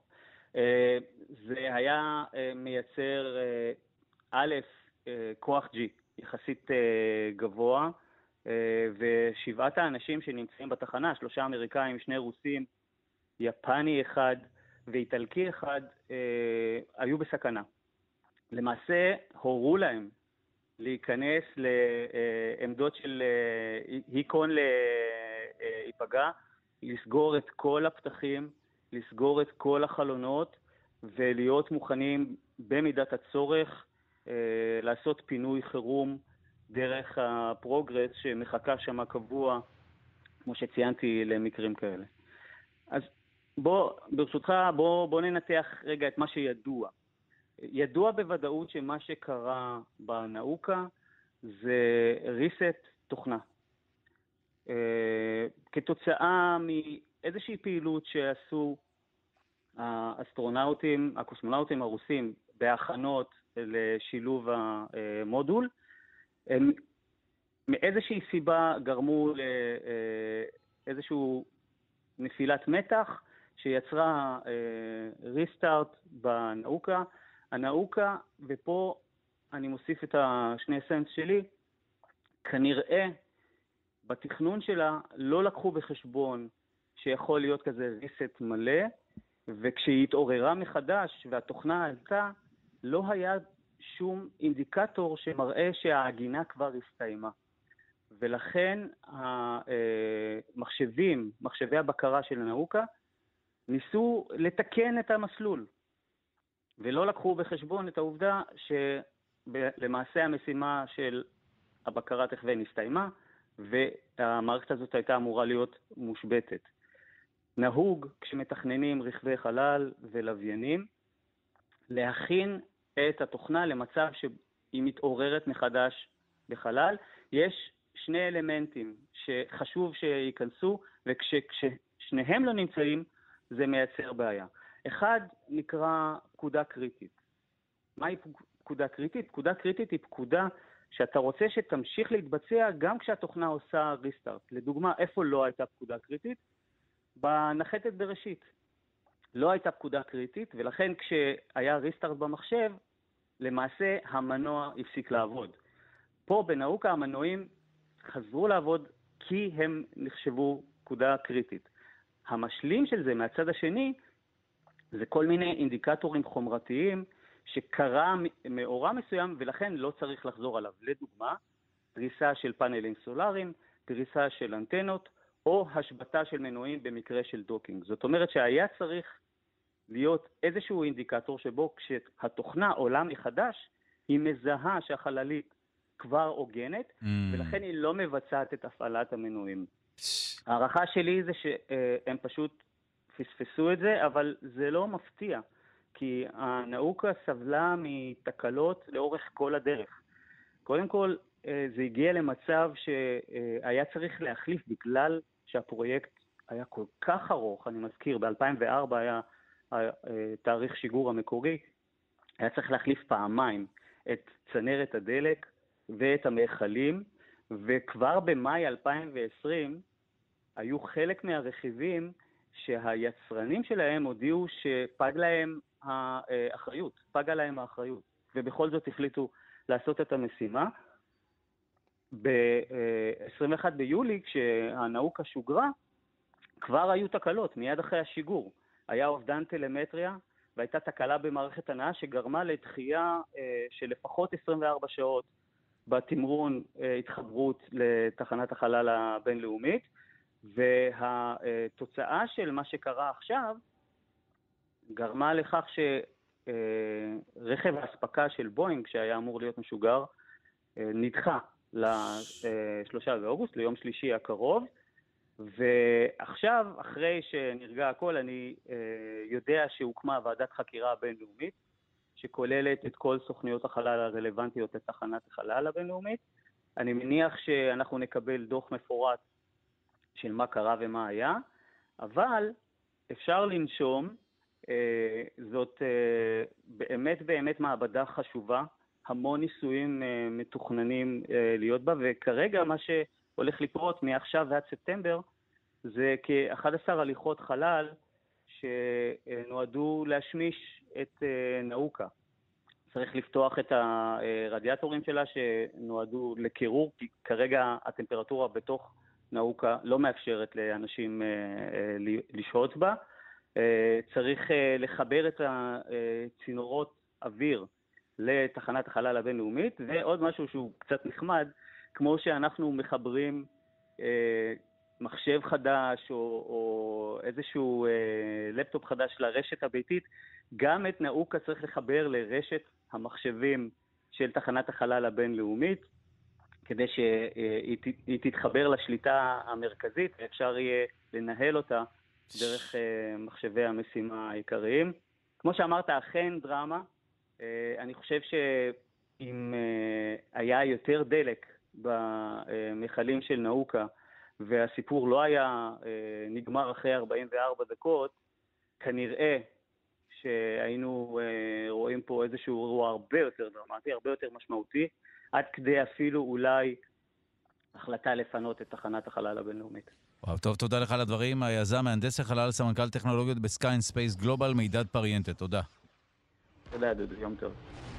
זה היה מייצר א', כוח G יחסית גבוה, ושבעת האנשים שנמצאים בתחנה, 3 אמריקאים, 2 רוסים, יפני אחד ואיטלקי אחד, היו בסכנה. למעשה הורו להם להיכנס לעמדות של היקון להיפגע, לסגור את כל הפתחים, לסגור את כל החלונות ולהיות מוכנים במידת הצורך לעשות פינוי חירום דרך הפרוגרס שמחכה שם קבוע, כמו שציינתי, למקרים כאלה. אז ברשותך, בוא ננתח רגע את מה שידוע. ידוע בוודאות שמה שקרה בנאוקה זה ריסט תוכנה. כתוצאה מאיזושהי פעילות שעשו האסטרונאוטים, הקוסמונאוטים הרוסים בהכנות לשילוב המודול, הם מאיזושהי סיבה גרמו לאיזשהו נפילת מתח שיצרה ריסטארט בנאוקה. הנאוקה, ופה אני מוסיף את השני סנס שלי, כנראה בתכנון שלה לא לקחו בחשבון שיכול להיות כזה ריסט מלא, וכשהיא התעוררה מחדש והתוכנה עלתה, לא היה שום אינדיקטור שמראה שההגינה כבר הסתיימה. ולכן מחשבי הבקרה של הנאוקה, ניסו לתקן את המסלול, ולא לקחו בחשבון את העובדה שלמעשה המשימה של הבקרת הכוון הסתיימה, והמערכת הזאת הייתה אמורה להיות מושבתת. נהוג כשמתכננים רכבי חלל ולוויינים, להכין את התוכנה למצב שהיא מתעוררת מחדש בחלל. יש שני אלמנטים שחשוב שייכנסו, וכששניהם לא נמצאים, זה מייצר בעיה. אחד נקרא פקודה קריטית. מהי פקודה קריטית? פקודה קריטית היא פקודה שאתה רוצה שתמשיך להתבצע גם כשהתוכנה עושה ריסטארט. לדוגמה, איפה לא הייתה פקודה קריטית? בנחתת בראשית. לא הייתה פקודה קריטית, ולכן כשהיה ריסטארט במחשב, למעשה המנוע הפסיק לעבוד. פה בנאוקה המנועים חזרו לעבוד כי הם נחשבו פקודה קריטית. המשלים של זה מהצד השני, זה כל מיני אינדיקטורים חומרתיים שקרה מאורע מסוים ולכן לא צריך לחזור עליו. לדוגמה, פריסה של פאנלים סולאריים, פריסה של אנטנות או השבתה של מנועים במקרה של דוקינג. זאת אומרת שהיה צריך להיות איזשהו אינדיקטור שבו כשהתוכנה עולה מחדש, היא מזהה שהחללית כבר עוגנת, ולכן היא לא מבצעת את הפעלת המנועים. הערכה שלי זה שהם פשוט פספסו את זה, אבל זה לא מפתיע, כי הנאוקה סבלה מתקלות לאורך כל הדרך. קודם כל, זה הגיע למצב שהיה צריך להחליף בגלל שהפרויקט היה כל כך ארוך, אני מזכיר, ב-2004 היה תאריך שיגור המקורי, היה צריך להחליף פעמיים את צנרת הדלק ואת המאכלים, וכבר במאי 2020 היו חלק מהרכיבים שהיצרנים שלהם הודיעו שפגה להם האחריות, ובכל זאת החליטו לעשות את המשימה. ב-21 ביולי, כשהנאוקה שוגרה, כבר היו תקלות מיד אחרי השיגור. היה אובדן טלמטריה, והייתה תקלה במערכת הנעה שגרמה לדחייה של לפחות 24 שעות בתמרון התחברות לתחנת החלל הבינלאומית, והתוצאה של מה שקרה עכשיו גרמה לכך שרכב ההספקה של בוינג, שהיה אמור להיות משוגר, נדחה ל-3 באוגוסט, ליום שלישי הקרוב, ועכשיו, אחרי שנרגע הכל, אני יודע שהוקמה ועדת חקירה בינלאומית, שכוללת את כל סוכניות החלל הרלוונטיות לתחנת החלל הבינלאומית. אני מניח שאנחנו נקבל דוח מפורט של מה קרה ומה היה, אבל אפשר לנשום, זאת באמת מעבדה חשובה, המון ניסויים מתוכננים להיות בה, וכרגע מה שהולך לקרות מעכשיו ועד ספטמבר, זה כ-11 הליכות חלל שנועדו להשמיש את נאוקה. צריך לפתוח את הרדיאטורים שלה שנועדו לקירור, כי כרגע הטמפרטורה בתוך נאוקה לא מאפשרת לאנשים לשהות בה. צריך לחבר את הצינורות אוויר לתחנת החלל הבינלאומית, ועוד משהו שהוא קצת נחמד, כמו שאנחנו מחברים מחשב חדש או איזשהו לפטופ חדש לרשת הביתית, גם את נאוקה צריך לחבר לרשת המחשבים של תחנת החלל הבינלאומית, כדי שהיא תתחבר לשליטה המרכזית, ואפשר יהיה לנהל אותה דרך מחשבי המשימה העיקריים. כמו שאמרת, אכן דרמה. אני חושב שאם היה יותר דלק במכלים של נאוקה, והסיפור לא היה נגמר אחרי 44 דקות, כנראה שהיינו רואים פה איזשהו אירוע הרבה יותר דרמטי, הרבה יותר משמעותי, עד כדי אפילו אולי החלטה לפנות את תחנת החלל הבינלאומית. טוב, תודה לך על הדברים. היזם, מהנדס החלל, סמנכ"ל טכנולוגיות בסקיין ספייס גלובל, מידד פריאנטה. תודה. תודה, דודו. יום טוב.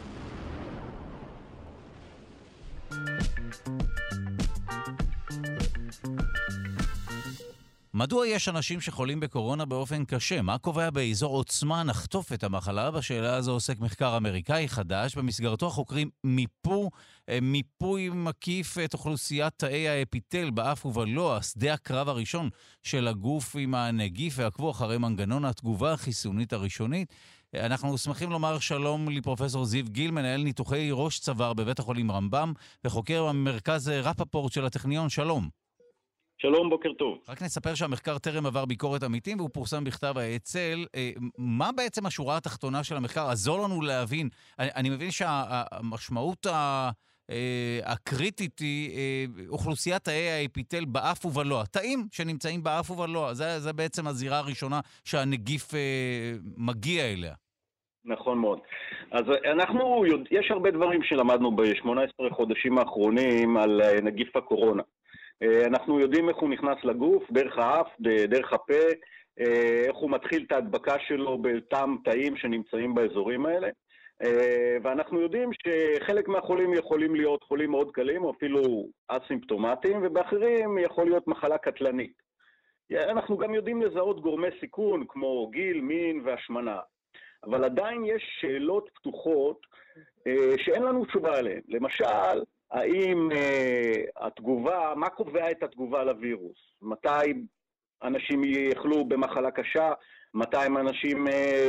מדוע יש אנשים שחולים בקורונה באופן קשה? מה קובע באזור עוצמה נחטוף את המחלה? בשאלה הזו עוסק מחקר אמריקאי חדש. במסגרתו החוקרים מיפוי מקיף את אוכלוסיית תאי האפיטל באף ובלוע, שדה הקרב הראשון של הגוף עם הנגיף, ועקבו אחרי מנגנון התגובה החיסונית הראשונית. אנחנו שמחים לומר שלום לפרופסור זיו גיל, מנהל ניתוחי ראש צוואר בבית החולים רמב"ם, וחוקר במרכז רפפורט של הטכניון. שלום. שלום, בוקר טוב. רק נספר שהמחקר טרם עבר ביקורת עמיתים, והוא פורסם בכתב האצ"ל. מה בעצם השורה התחתונה של המחקר? עזור לנו להבין. אני מבין שהמשמעות הקריטית היא אוכלוסיית תאי האפיטל באף ובלוע. תאים שנמצאים באף ובלוע. זה בעצם הזירה הראשונה שהנגיף מגיע אליה. נכון מאוד. אז יש הרבה דברים שלמדנו ב-18 חודשים האחרונים על נגיף הקורונה. אנחנו יודעים איך הוא נכנס לגוף, דרך האף, דרך הפה, איך הוא מתחיל את ההדבקה שלו באותם תאים שנמצאים באזורים האלה. ואנחנו יודעים שחלק מהחולים יכולים להיות חולים מאוד קלים, או אפילו אסימפטומטיים, ובאחרים יכול להיות מחלה קטלנית. אנחנו גם יודעים לזהות גורמי סיכון, כמו גיל, מין והשמנה. אבל עדיין יש שאלות פתוחות שאין לנו תשובה עליהן. למשל, האם התגובה, מה קובע את התגובה לווירוס? מתי אנשים יחלו במחלה קשה? מתי אנשים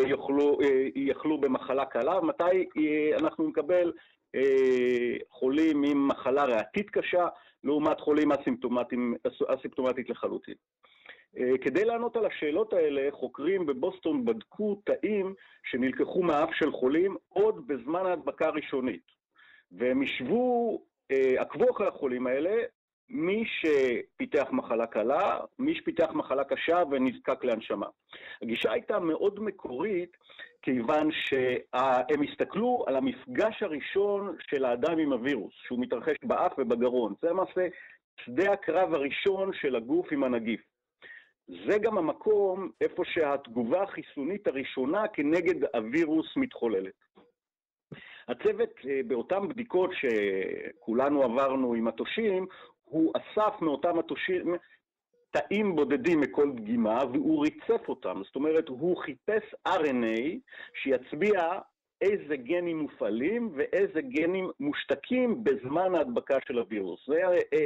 יחלו במחלה קלה? מתי אנחנו נקבל חולים עם מחלה ריאתית קשה, לעומת חולים אסימפטומטית לחלוטין? כדי לענות על השאלות האלה, חוקרים בבוסטון בדקו תאים שנלקחו מאף של חולים עוד בזמן ההדבקה הראשונית. והם עקבו אחרי החולים האלה, מי שפיתח מחלה קלה, מי שפיתח מחלה קשה ונזקק להנשמה. הגישה הייתה מאוד מקורית, כיוון שהם הסתכלו על המפגש הראשון של האדם עם הווירוס, שהוא מתרחש באף ובגרון. זה למעשה שדה הקרב הראשון של הגוף עם הנגיף. זה גם המקום איפה שהתגובה החיסונית הראשונה כנגד הווירוס מתחוללת. הצוות באותן בדיקות שכולנו עברנו עם מטושים, הוא אסף מאותם מטושים תאים בודדים מכל דגימה, והוא ריצף אותם. זאת אומרת, הוא חיפש RNA שיצביע איזה גנים מופעלים ואיזה גנים מושתקים בזמן ההדבקה של הווירוס. זה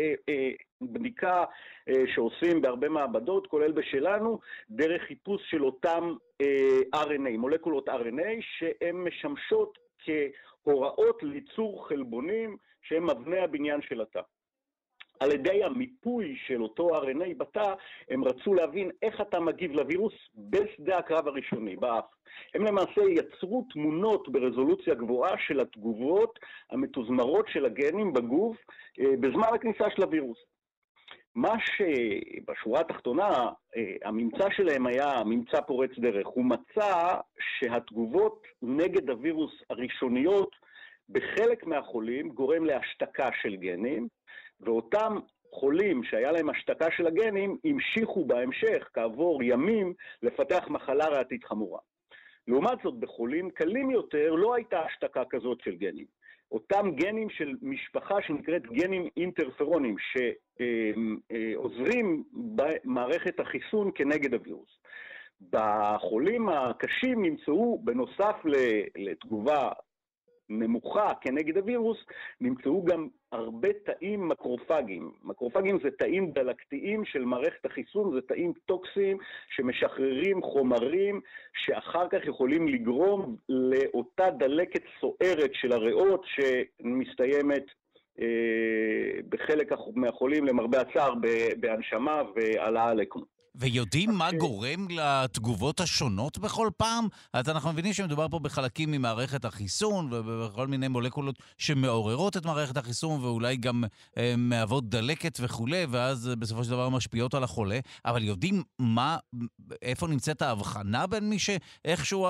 בדיקה שעושים בהרבה מעבדות, כולל בשלנו, דרך חיפוש של אותם RNA, מולקולות RNA, שהן משמשות כהוראות ליצור חלבונים שהם מבנה הבניין של התא. על ידי המיפוי של אותו RNA בתא, הם רצו להבין איך אתה מגיב לווירוס בשדה הקרב הראשוני, באף. הם למעשה יצרו תמונות ברזולוציה גבוהה של התגובות המתוזמרות של הגנים בגוף בזמן הכניסה של הווירוס. מה שבשורה התחתונה, הממצא שלהם היה ממצא פורץ דרך. הוא מצא שהתגובות נגד הווירוס הראשוניות בחלק מהחולים גורם להשתקה של גנים, ואותם חולים שהיה להם השתקה של הגנים המשיכו בהמשך, כעבור ימים, לפתח מחלה ריאתית חמורה. לעומת זאת, בחולים קלים יותר לא הייתה השתקה כזאת של גנים. אותם גנים של משפחה שנקראת גנים אינטרפרונים, שעוזרים במערכת החיסון כנגד הווירוס. בחולים הקשים נמצאו, בנוסף לתגובה נמוכה כנגד הווירוס, נמצאו גם הרבה תאים מקרופגיים. מקרופגיים זה תאים דלקתיים של מערכת החיסון, זה תאים טוקסיים שמשחררים חומרים שאחר כך יכולים לגרום לאותה דלקת סוערת של הריאות שמסתיימת בחלק מהחולים למרבה הצער בהנשמה והעלאה לקום. ויודעים מה גורם לתגובות השונות בכל פעם? אז אנחנו מבינים שמדובר פה בחלקים ממערכת החיסון ובכל מיני מולקולות שמעוררות את מערכת החיסון ואולי גם מהוות דלקת וכו', ואז בסופו של דבר משפיעות על החולה, אבל יודעים איפה נמצאת ההבחנה בין מי שאיכשהו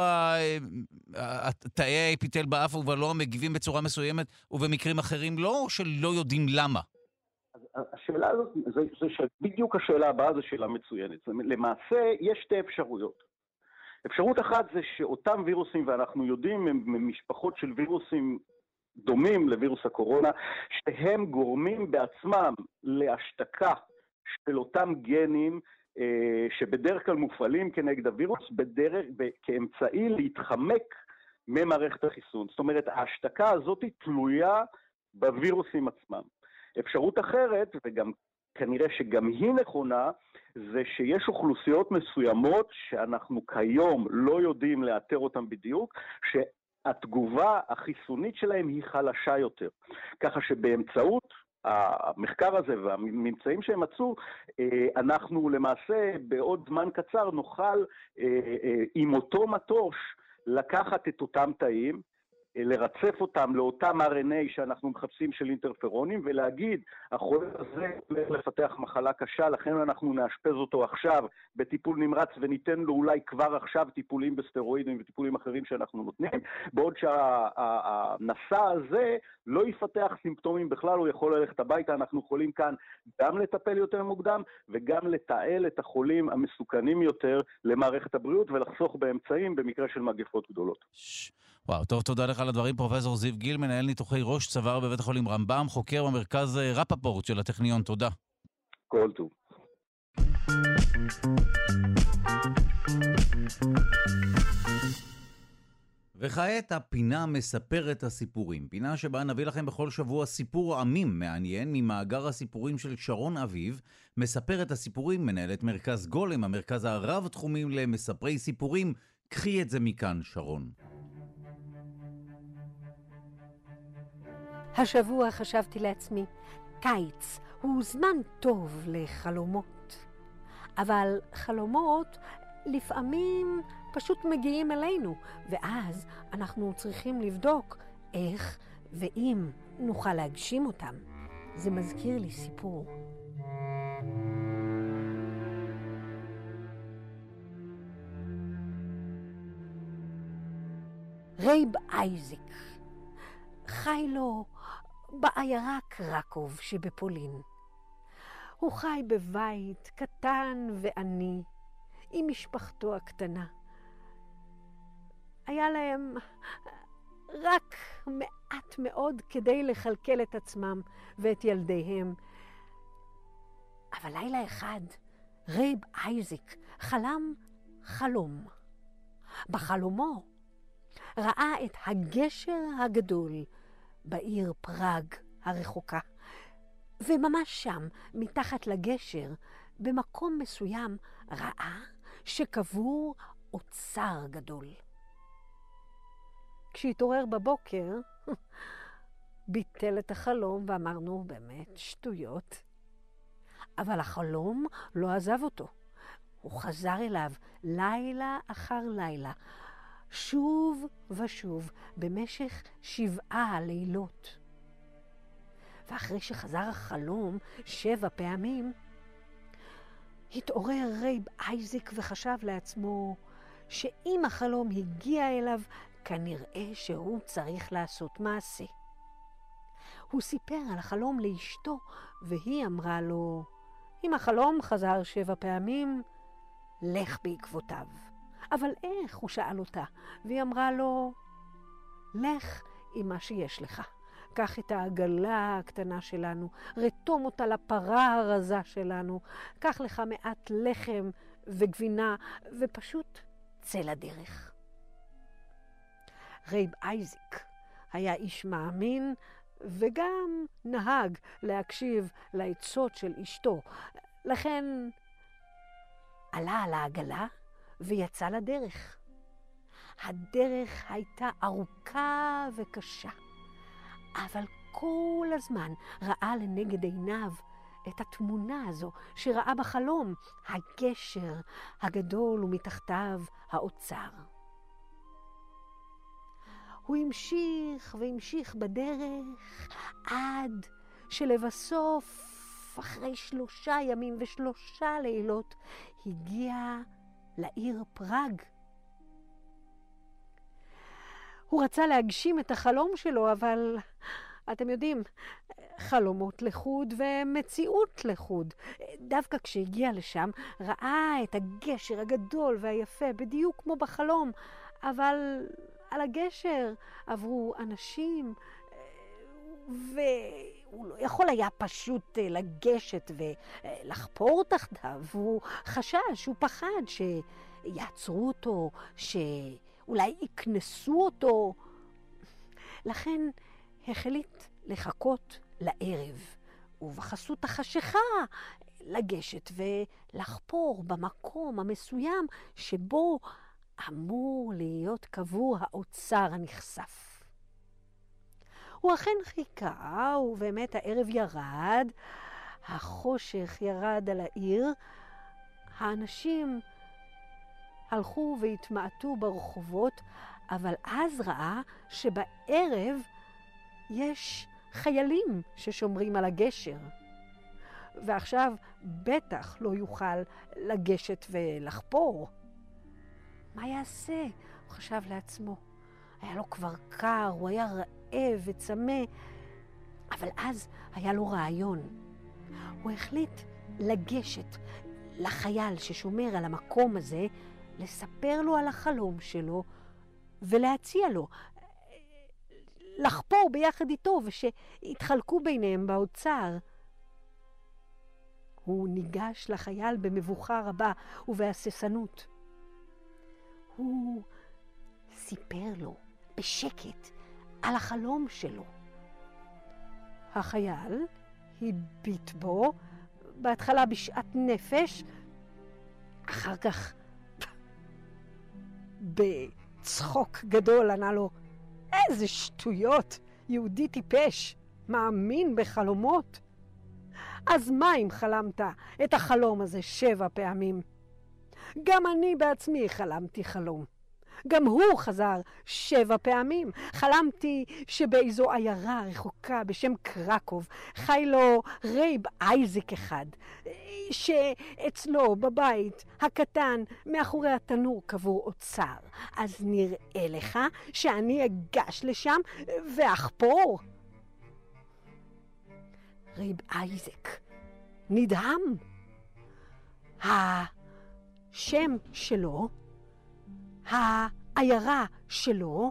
תאי האפיטל באף ובלוע מגיבים בצורה מסוימת ובמקרים אחרים לא, או שלא יודעים למה? השאלה הזאת, בדיוק השאלה הבאה זו שאלה מצוינת. למעשה, יש שתי אפשרויות. אפשרות אחת זה שאותם וירוסים, ואנחנו יודעים ממשפחות של וירוסים דומים לווירוס הקורונה, שהם גורמים בעצמם להשתקה של אותם גנים שבדרך כלל מופעלים כנגד הווירוס, כאמצעי להתחמק ממערכת החיסון. זאת אומרת, ההשתקה הזאת תלויה בווירוסים עצמם. אפשרות אחרת, וגם כנראה שגם היא נכונה, זה שיש אוכלוסיות מסוימות שאנחנו כיום לא יודעים לאתר אותן בדיוק, שהתגובה החיסונית שלהם היא חלשה יותר. ככה שבאמצעות המחקר הזה והממצאים שהם מצאו, אנחנו למעשה בעוד זמן קצר נוכל עם אותו מטוש לקחת את אותם תאים, לרצף אותם לאותם RNA שאנחנו מחפשים של אינטרפרונים, ולהגיד, החולה הזה הולך לפתח מחלה קשה, לכן אנחנו נאשפז אותו עכשיו בטיפול נמרץ, וניתן לו אולי כבר עכשיו טיפולים בסטרואידים וטיפולים אחרים שאנחנו נותנים, בעוד שהנשא הזה לא יפתח סימפטומים בכלל, הוא יכול ללכת הביתה. אנחנו יכולים כאן גם לטפל יותר מוקדם, וגם לתעל את החולים המסוכנים יותר למערכת הבריאות, ולחסוך באמצעים במקרה של מגפות גדולות. וואו, טוב, תודה לך על הדברים. פרופסור זיו גיל, מנהל ניתוחי ראש צוואר בבית החולים רמב"ם, חוקר במרכז רפפורט של הטכניון. תודה. כל טוב. וכעת הפינה מספרת הסיפורים. פינה שבה נביא לכם בכל שבוע סיפור עמים מעניין ממאגר הסיפורים של שרון אביב. מספרת הסיפורים, מנהלת מרכז גולם, המרכז הרב-תחומים למספרי סיפורים. קחי את זה מכאן, שרון. השבוע חשבתי לעצמי, קיץ הוא זמן טוב לחלומות. אבל חלומות לפעמים פשוט מגיעים אלינו, ואז אנחנו צריכים לבדוק איך ואם נוכל להגשים אותם. זה מזכיר לי סיפור. רייב אייזק חי לו בעיירה קרקוב שבפולין. הוא חי בבית קטן ועני עם משפחתו הקטנה. היה להם רק מעט מאוד כדי לכלכל את עצמם ואת ילדיהם. אבל לילה אחד רייב אייזק חלם חלום. בחלומו ראה את הגשר הגדול בעיר פראג הרחוקה. וממש שם, מתחת לגשר, במקום מסוים, ראה שקבור אוצר גדול. כשהתעורר בבוקר, ביטל את החלום ואמרנו, באמת שטויות. אבל החלום לא עזב אותו. הוא חזר אליו לילה אחר לילה, שוב ושוב, במשך 7 לילות. ואחרי שחזר החלום 7 פעמים, התעורר רייב אייזק וחשב לעצמו שאם החלום הגיע אליו, כנראה שהוא צריך לעשות מעשה. הוא סיפר על החלום לאשתו, והיא אמרה לו, אם החלום חזר 7 פעמים, לך בעקבותיו. אבל איך? הוא שאל אותה, והיא אמרה לו, לך עם מה שיש לך. קח את העגלה הקטנה שלנו, רתום אותה לפרה הרזה שלנו, קח לך מעט לחם וגבינה, ופשוט צא לדרך. רייב אייזק היה איש מאמין, וגם נהג להקשיב לעצות של אשתו. לכן עלה על העגלה ויצא לדרך. הדרך הייתה ארוכה וקשה, אבל כל הזמן ראה לנגד עיניו את התמונה הזו שראה בחלום, הגשר הגדול ומתחתיו האוצר. הוא המשיך והמשיך בדרך עד שלבסוף, אחרי 3 ימים ו3 לילות, הגיע לעיר פראג. הוא רצה להגשים את החלום שלו, אבל אתם יודעים, חלומות לחוד ומציאות לחוד. דווקא כשהגיע לשם, ראה את הגשר הגדול והיפה, בדיוק כמו בחלום, אבל על הגשר עברו אנשים, והוא לא יכול היה פשוט לגשת ולחפור תחתיו. הוא חשש, הוא פחד שיעצרו אותו, שאולי יקנסו אותו. לכן החליט לחכות לערב, ובחסות החשיכה לגשת ולחפור במקום המסוים שבו אמור להיות קבור האוצר הנחשף. הוא אכן חיכה, ובאמת הערב ירד, החושך ירד על העיר, האנשים הלכו והתמעטו ברחובות, אבל אז ראה שבערב יש חיילים ששומרים על הגשר. ועכשיו בטח לא יוכל לגשת ולחפור. מה יעשה? הוא חשב לעצמו. היה לו כבר קר, הוא היה רעב וצמא, אבל אז היה לו רעיון. הוא החליט לגשת לחייל ששומר על המקום הזה, לספר לו על החלום שלו ולהציע לו לחפור ביחד איתו ושיתחלקו ביניהם באוצר. הוא ניגש לחייל במבוכה רבה ובהססנות. הוא סיפר לו בשקט על החלום שלו. החייל הביט בו, בהתחלה בשאט נפש, אחר כך בצחוק גדול ענה לו, איזה שטויות, יהודי טיפש, מאמין בחלומות. אז מה אם חלמת את החלום הזה 7 פעמים? גם אני בעצמי חלמתי חלום. גם הוא חזר 7 פעמים. חלמתי שבאיזו עיירה רחוקה בשם קרקוב חי לו רייב אייזק אחד, שאצלו בבית הקטן מאחורי התנור קבור אוצר. אז נראה לך שאני אגש לשם ואחפור? רייב אייזק נדהם. השם שלו, העיירה שלו,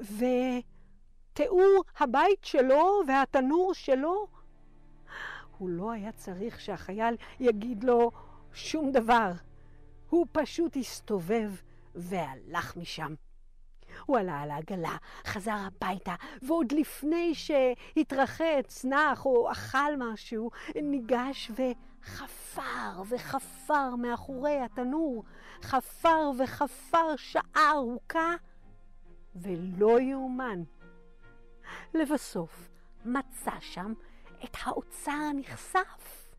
ותיאור הבית שלו והתנור שלו. הוא לא היה צריך שהחייל יגיד לו שום דבר. הוא פשוט הסתובב והלך משם. הוא עלה על העגלה, חזר הביתה, ועוד לפני שהתרחץ, נח או אכל משהו, ניגש וחפר וחפר מאחורי התנור. חפר וחפר שעה ארוכה, ולא יאומן. לבסוף מצא שם את האוצר הנחשף.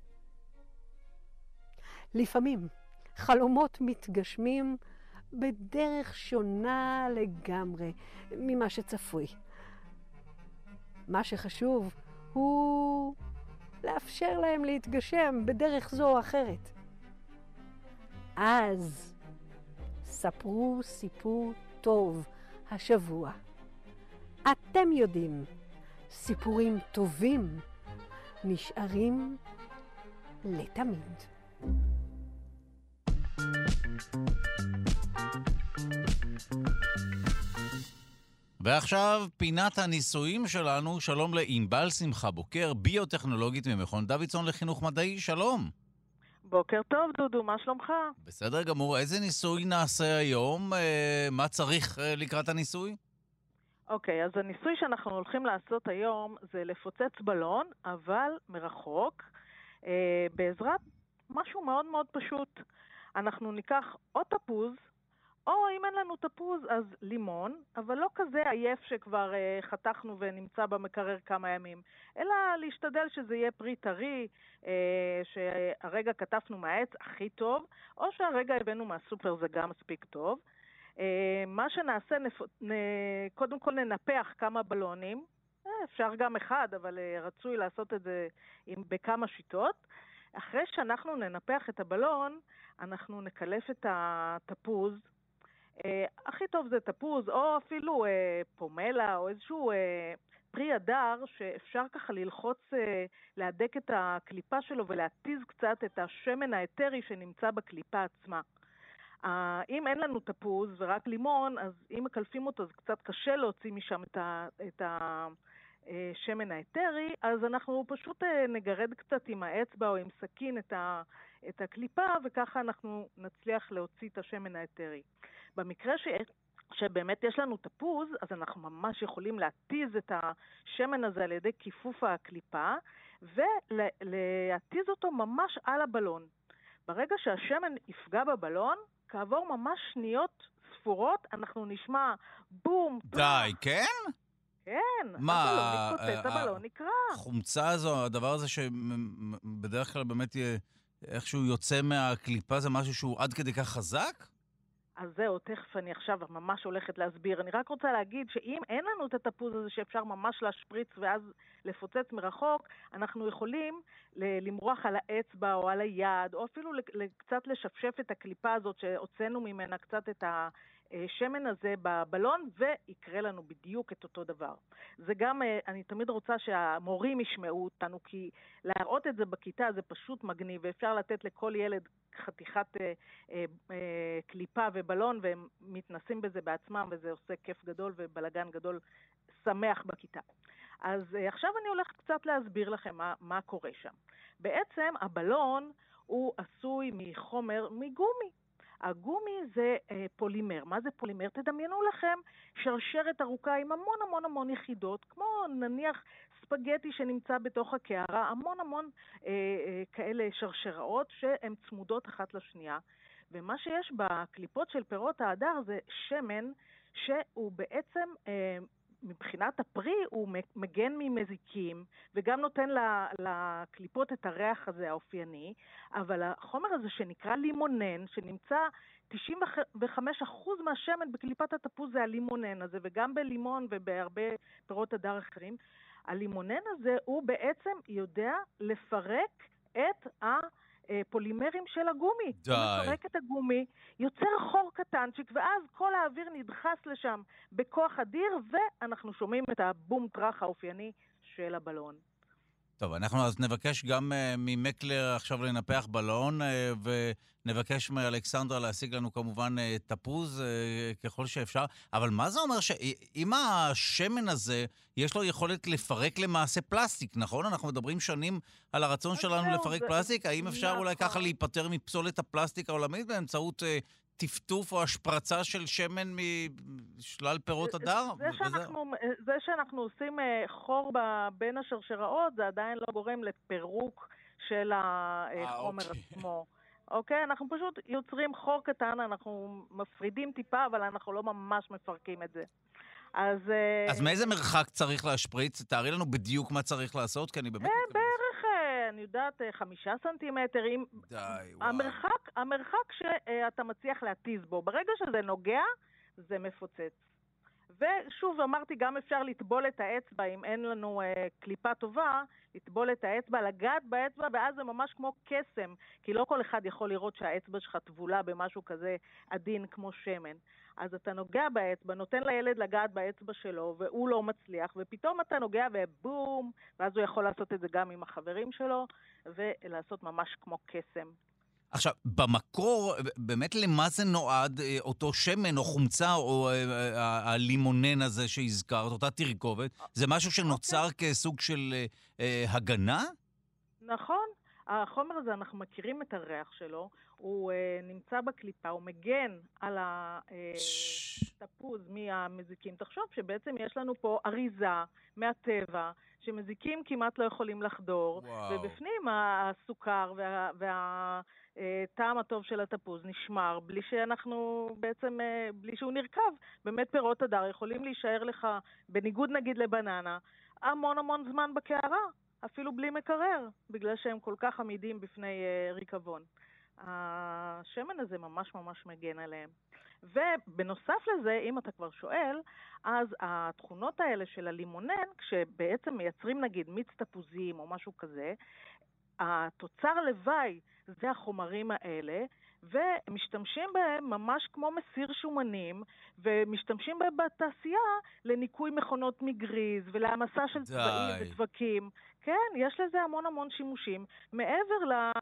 לפעמים חלומות מתגשמים בדרך שונה לגמרי ממה שצפוי. מה שחשוב הוא לאפשר להם להתגשם בדרך זו או אחרת. אז ספרו סיפור טוב השבוע. אתם יודעים, סיפורים טובים נשארים לתמיד. ועכשיו פינת הניסויים שלנו. שלום לענבל שמחה בוקר, ביוטכנולוגית ממכון דוידסון לחינוך מדעי. שלום. בוקר טוב דודו, מה שלומך? בסדר גמור. איזה ניסוי נעשה היום? מה צריך לקראת הניסוי? אוקיי, אז הניסוי שאנחנו הולכים לעשות היום זה לפוצץ בלון, אבל מרחוק, בעזרת משהו מאוד מאוד פשוט. אנחנו ניקח או תפוז, או אם אין לנו תפוז אז לימון, אבל לא כזה עייף שכבר חתכנו ונמצא במקרר כמה ימים, אלא להשתדל שזה יהיה פרי טרי, שהרגע כתפנו מהעץ הכי טוב, או שהרגע הבאנו מהסופר זה גם מספיק טוב. מה שנעשה, קודם כל ננפח כמה בלונים, אפשר גם אחד, אבל רצוי לעשות את זה בכמה שיטות. אחרי שאנחנו ננפח את הבלון, אנחנו נקלף את התפוז. הכי טוב זה תפוז, או אפילו פומלה, או איזשהו פרי הדר, שאפשר ככה ללחוץ, להדק את הקליפה שלו ולהטיז קצת את השמן האתרי שנמצא בקליפה עצמה. אם אין לנו תפוז ורק לימון, אז אם מקלפים אותו זה קצת קשה להוציא משם את השמן האתרי, אז אנחנו פשוט נגרד קצת עם האצבע או עם סכין את הקליפה, וככה אנחנו נצליח להוציא את השמן האתרי. במקרה שבאמת יש לנו תפוז, אז אנחנו ממש יכולים להתיז את השמן הזה על ידי כיפוף הקליפה, ולהתיז אותו ממש על הבלון. ברגע שהשמן יפגע בבלון, כעבור ממש שניות ספורות, אנחנו נשמע בום. די, כן? כן. מה? הבלון מתפוצץ, הבלון נקרע. החומצה הזו, הדבר הזה שבדרך כלל באמת איכשהו יוצא מהקליפה, זה משהו שהוא עד כדי כך חזק? אז זהו, תכף אני עכשיו ממש הולכת להסביר. אני רק רוצה להגיד שאם אין לנו את התפוז הזה שאפשר ממש להשפריץ ואז לפוצץ מרחוק, אנחנו יכולים למרוח על האצבע או על היד, או אפילו קצת לשפשף את הקליפה הזאת שהוצאנו ממנה קצת את השמן הזה בבלון, ויקרה לנו בדיוק את אותו דבר. זה גם, אני תמיד רוצה שהמורים ישמעו אותנו, כי להראות את זה בכיתה זה פשוט מגניב, ואפשר לתת לכל ילד חתיכת קליפה ובלון, והם מתנסים בזה בעצמם, וזה עושה כיף גדול ובלגן גדול שמח בכיתה. אז עכשיו אני הולכת קצת להסביר לכם מה קורה שם. בעצם הבלון הוא עשוי מחומר מגומי. הגומי זה פולימר. מה זה פולימר? תדמיינו לכם שרשרת ארוכה עם המון המון המון יחידות, כמו נניח ספגטי שנמצא בתוך הקערה, המון המון כאלה שרשראות שהן צמודות אחת לשנייה. ומה שיש בקליפות של פירות ההדר זה שמן שהוא בעצם מבחינת הפרי הוא מגן ממזיקים, וגם נותן לקליפות את הריח הזה האופייני, אבל החומר הזה שנקרא לימונן, שנמצא 95% מהשמן בקליפת התפוז זה הלימונן הזה, וגם בלימון ובהרבה פירות הדר אחרים, הלימונן הזה הוא בעצם יודע לפרק את הפולימרים של הגומי. די. הוא מפרק את הגומי, יוצר חור קטנצ'יק, ואז כל האוויר נדחס לשם בכוח אדיר, ואנחנו שומעים את הבום טרח האופייני של הבלון. טוב, אנחנו אז נבקש גם ממקלר עכשיו לנפח בלון, ונבקש מאלכסנדרה להשיג לנו כמובן תפוז ככל שאפשר. אבל מה זה אומר שאם השמן הזה יש לו יכולת לפרק למעשה פלסטיק, נכון? אנחנו מדברים שנים על הרצון שלנו לפרק פלסטיק. האם אפשר אולי ככה להיפטר מפסולת הפלסטיק העולמית באמצעות טפטוף או השפרצה של שמן משלל פירות הדר? זה שאנחנו עושים חור בין השרשראות, זה עדיין לא גורם לפירוק של החומר עצמו. אוקיי? אנחנו פשוט יוצרים חור קטן, אנחנו מפרידים טיפה, אבל אנחנו לא ממש מפרקים את זה. אז מאיזה מרחק צריך להשפריץ? תארי לנו בדיוק מה צריך לעשות, כי אני באמת... בערך, אני יודעת, 5 סנטימטר. די, וואו. המרחק שאתה מצליח להתיז בו. ברגע שזה נוגע, זה מפוצץ. ושוב, אמרתי, גם אפשר לטבול את האצבע, אם אין לנו קליפה טובה, לטבול את האצבע, לגעת באצבע, ואז זה ממש כמו קסם, כי לא כל אחד יכול לראות שהאצבע שלך טבולה במשהו כזה עדין כמו שמן. אז אתה נוגע באצבע, נותן לילד לגעת באצבע שלו, והוא לא מצליח, ופתאום אתה נוגע ובום, ואז הוא יכול לעשות את זה גם עם החברים שלו, ולעשות ממש כמו קסם. עכשיו, במקור, באמת למה זה נועד אותו שמן או חומצה או הלימונן הזה שהזכרת, אותה תרכובת? זה משהו שנוצר כסוג של הגנה? נכון. החומר הזה, אנחנו מכירים את הריח שלו, הוא נמצא בקליפה, הוא מגן על התפוז מהמזיקים. תחשוב שבעצם יש לנו פה אריזה מהטבע, שמזיקים כמעט לא יכולים לחדור, ובפנים הסוכר והטעם הטוב של התפוז נשמר, בלי שאנחנו בעצם, בלי שהוא נרכב. באמת פירות הדר יכולים להישאר לך, בניגוד נגיד לבננה, המון המון זמן בקערה. אפילו בלי מקרר, בגלל שהם כל כך עמידים בפני ריקבון. השמן הזה ממש ממש מגן עליהם. ובנוסף לזה, אם אתה כבר שואל, אז התכונות האלה של הלימונן, כשבעצם מייצרים נגיד מיץ תפוזים או משהו כזה, התוצר לוואי זה החומרים האלה, ומשתמשים בהם ממש כמו מסיר שומנים, ומשתמשים בהם בתעשייה לניקוי מכונות מגריז, ולהמסה של צבעים ודבקים. כן, יש לזה המון המון שימושים, מעבר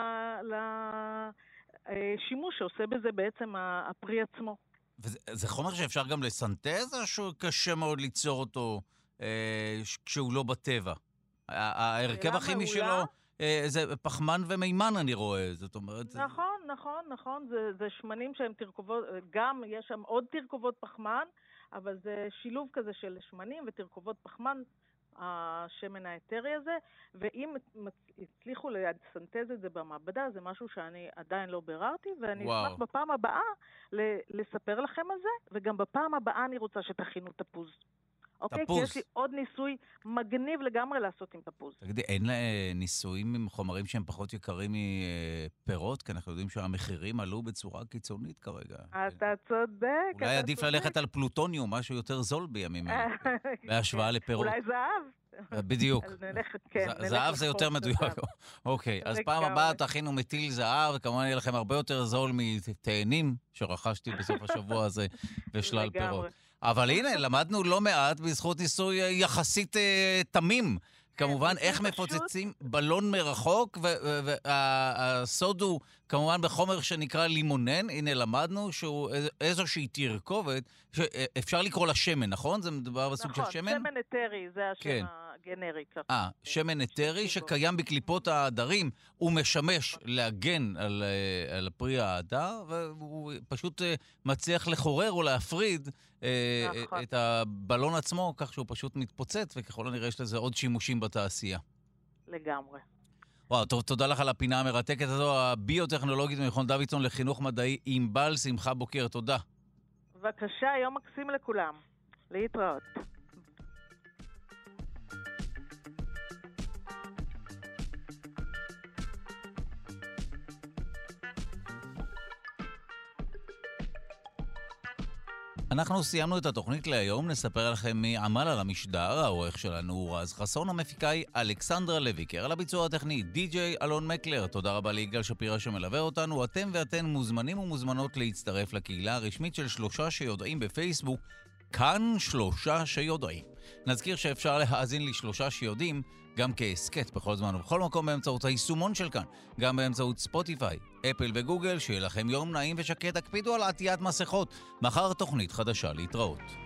לשימוש שעושה בזה בעצם הפרי עצמו. וזה חומר שאפשר גם לסנטז, או שהוא קשה מאוד ליצור אותו כשהוא לא בטבע? ההרכב הכימי שלו... זה פחמן ומימן אני רואה, זאת אומרת... נכון, זה שמנים שהם תרכובות, גם יש שם עוד תרכובות פחמן, אבל זה שילוב כזה של שמנים ותרכובות פחמן, השמן האתרי הזה, ואם הצליחו לסנטז את זה במעבדה, זה משהו שאני עדיין לא ביררתי, ואני אשמח בפעם הבאה לספר לכם על זה, וגם בפעם הבאה אני רוצה שתכינו תפוז. אוקיי? כי יש לי עוד ניסוי מגניב לגמרי לעשות עם תפוז. תגידי, אין ניסויים עם חומרים שהם פחות יקרים מפירות? כי אנחנו יודעים שהמחירים עלו בצורה קיצונית כרגע. אתה צודק. אולי עדיף ללכת על פלוטוניום, משהו יותר זול בימים אלה, בהשוואה לפירות. אולי זהב. בדיוק. זהב זה יותר מדויק. אוקיי, אז פעם הבאה תכינו מטיל זהב, וכמובן יהיה לכם הרבה יותר זול מתאנים שרכשתי בסוף השבוע הזה בשלל פירות. אבל הנה, למדנו לא מעט בזכות ניסוי יחסית תמים. כמובן, איך מפוצצים בלון מרחוק, והסוד הוא כמובן בחומר שנקרא לימונן. הנה, למדנו שהוא איזושהי תרכובת, אפשר לקרוא לה שמן, נכון? זה מדובר בסוג של שמן? נכון, שמן אתרי, זה השם הגנרי. שמן אתרי שקיים בקליפות העדרים, הוא משמש להגן על פרי העדר, והוא פשוט מצליח לחורר או להפריד את הבלון עצמו, כך שהוא פשוט מתפוצץ, וככל הנראה יש לזה עוד שימושים בתעשייה. לגמרי. וואו, טוב, תודה לך על הפינה המרתקת הזו, הביוטכנולוגית ממכון דוידסון לחינוך מדעי, ענבל שמחה בוקר, תודה. בבקשה, יום מקסים לכולם. להתראות. אנחנו סיימנו את התוכנית להיום, נספר לכם מי עמל על המשדר, העורך שלנו הוא רז חסון, המפיקאי אלכסנדרה לויקר, על הביצוע הטכני די.ג'יי אלון מקלר, תודה רבה ליגאל שפירא שמלווה אותנו, אתם ואתן מוזמנים ומוזמנות להצטרף לקהילה הרשמית של 3 שיודעים בפייסבוק, כאן 3 שיודעים. נזכיר שאפשר להאזין ל3 שיודעים גם כעסקט בכל זמן ובכל מקום באמצעות היישומון של כאן, גם באמצעות ספוטיפיי, אפל וגוגל. שיהיה לכם יום נעים ושקט, תקפידו על עטיית מסכות. מחר תוכנית חדשה, להתראות.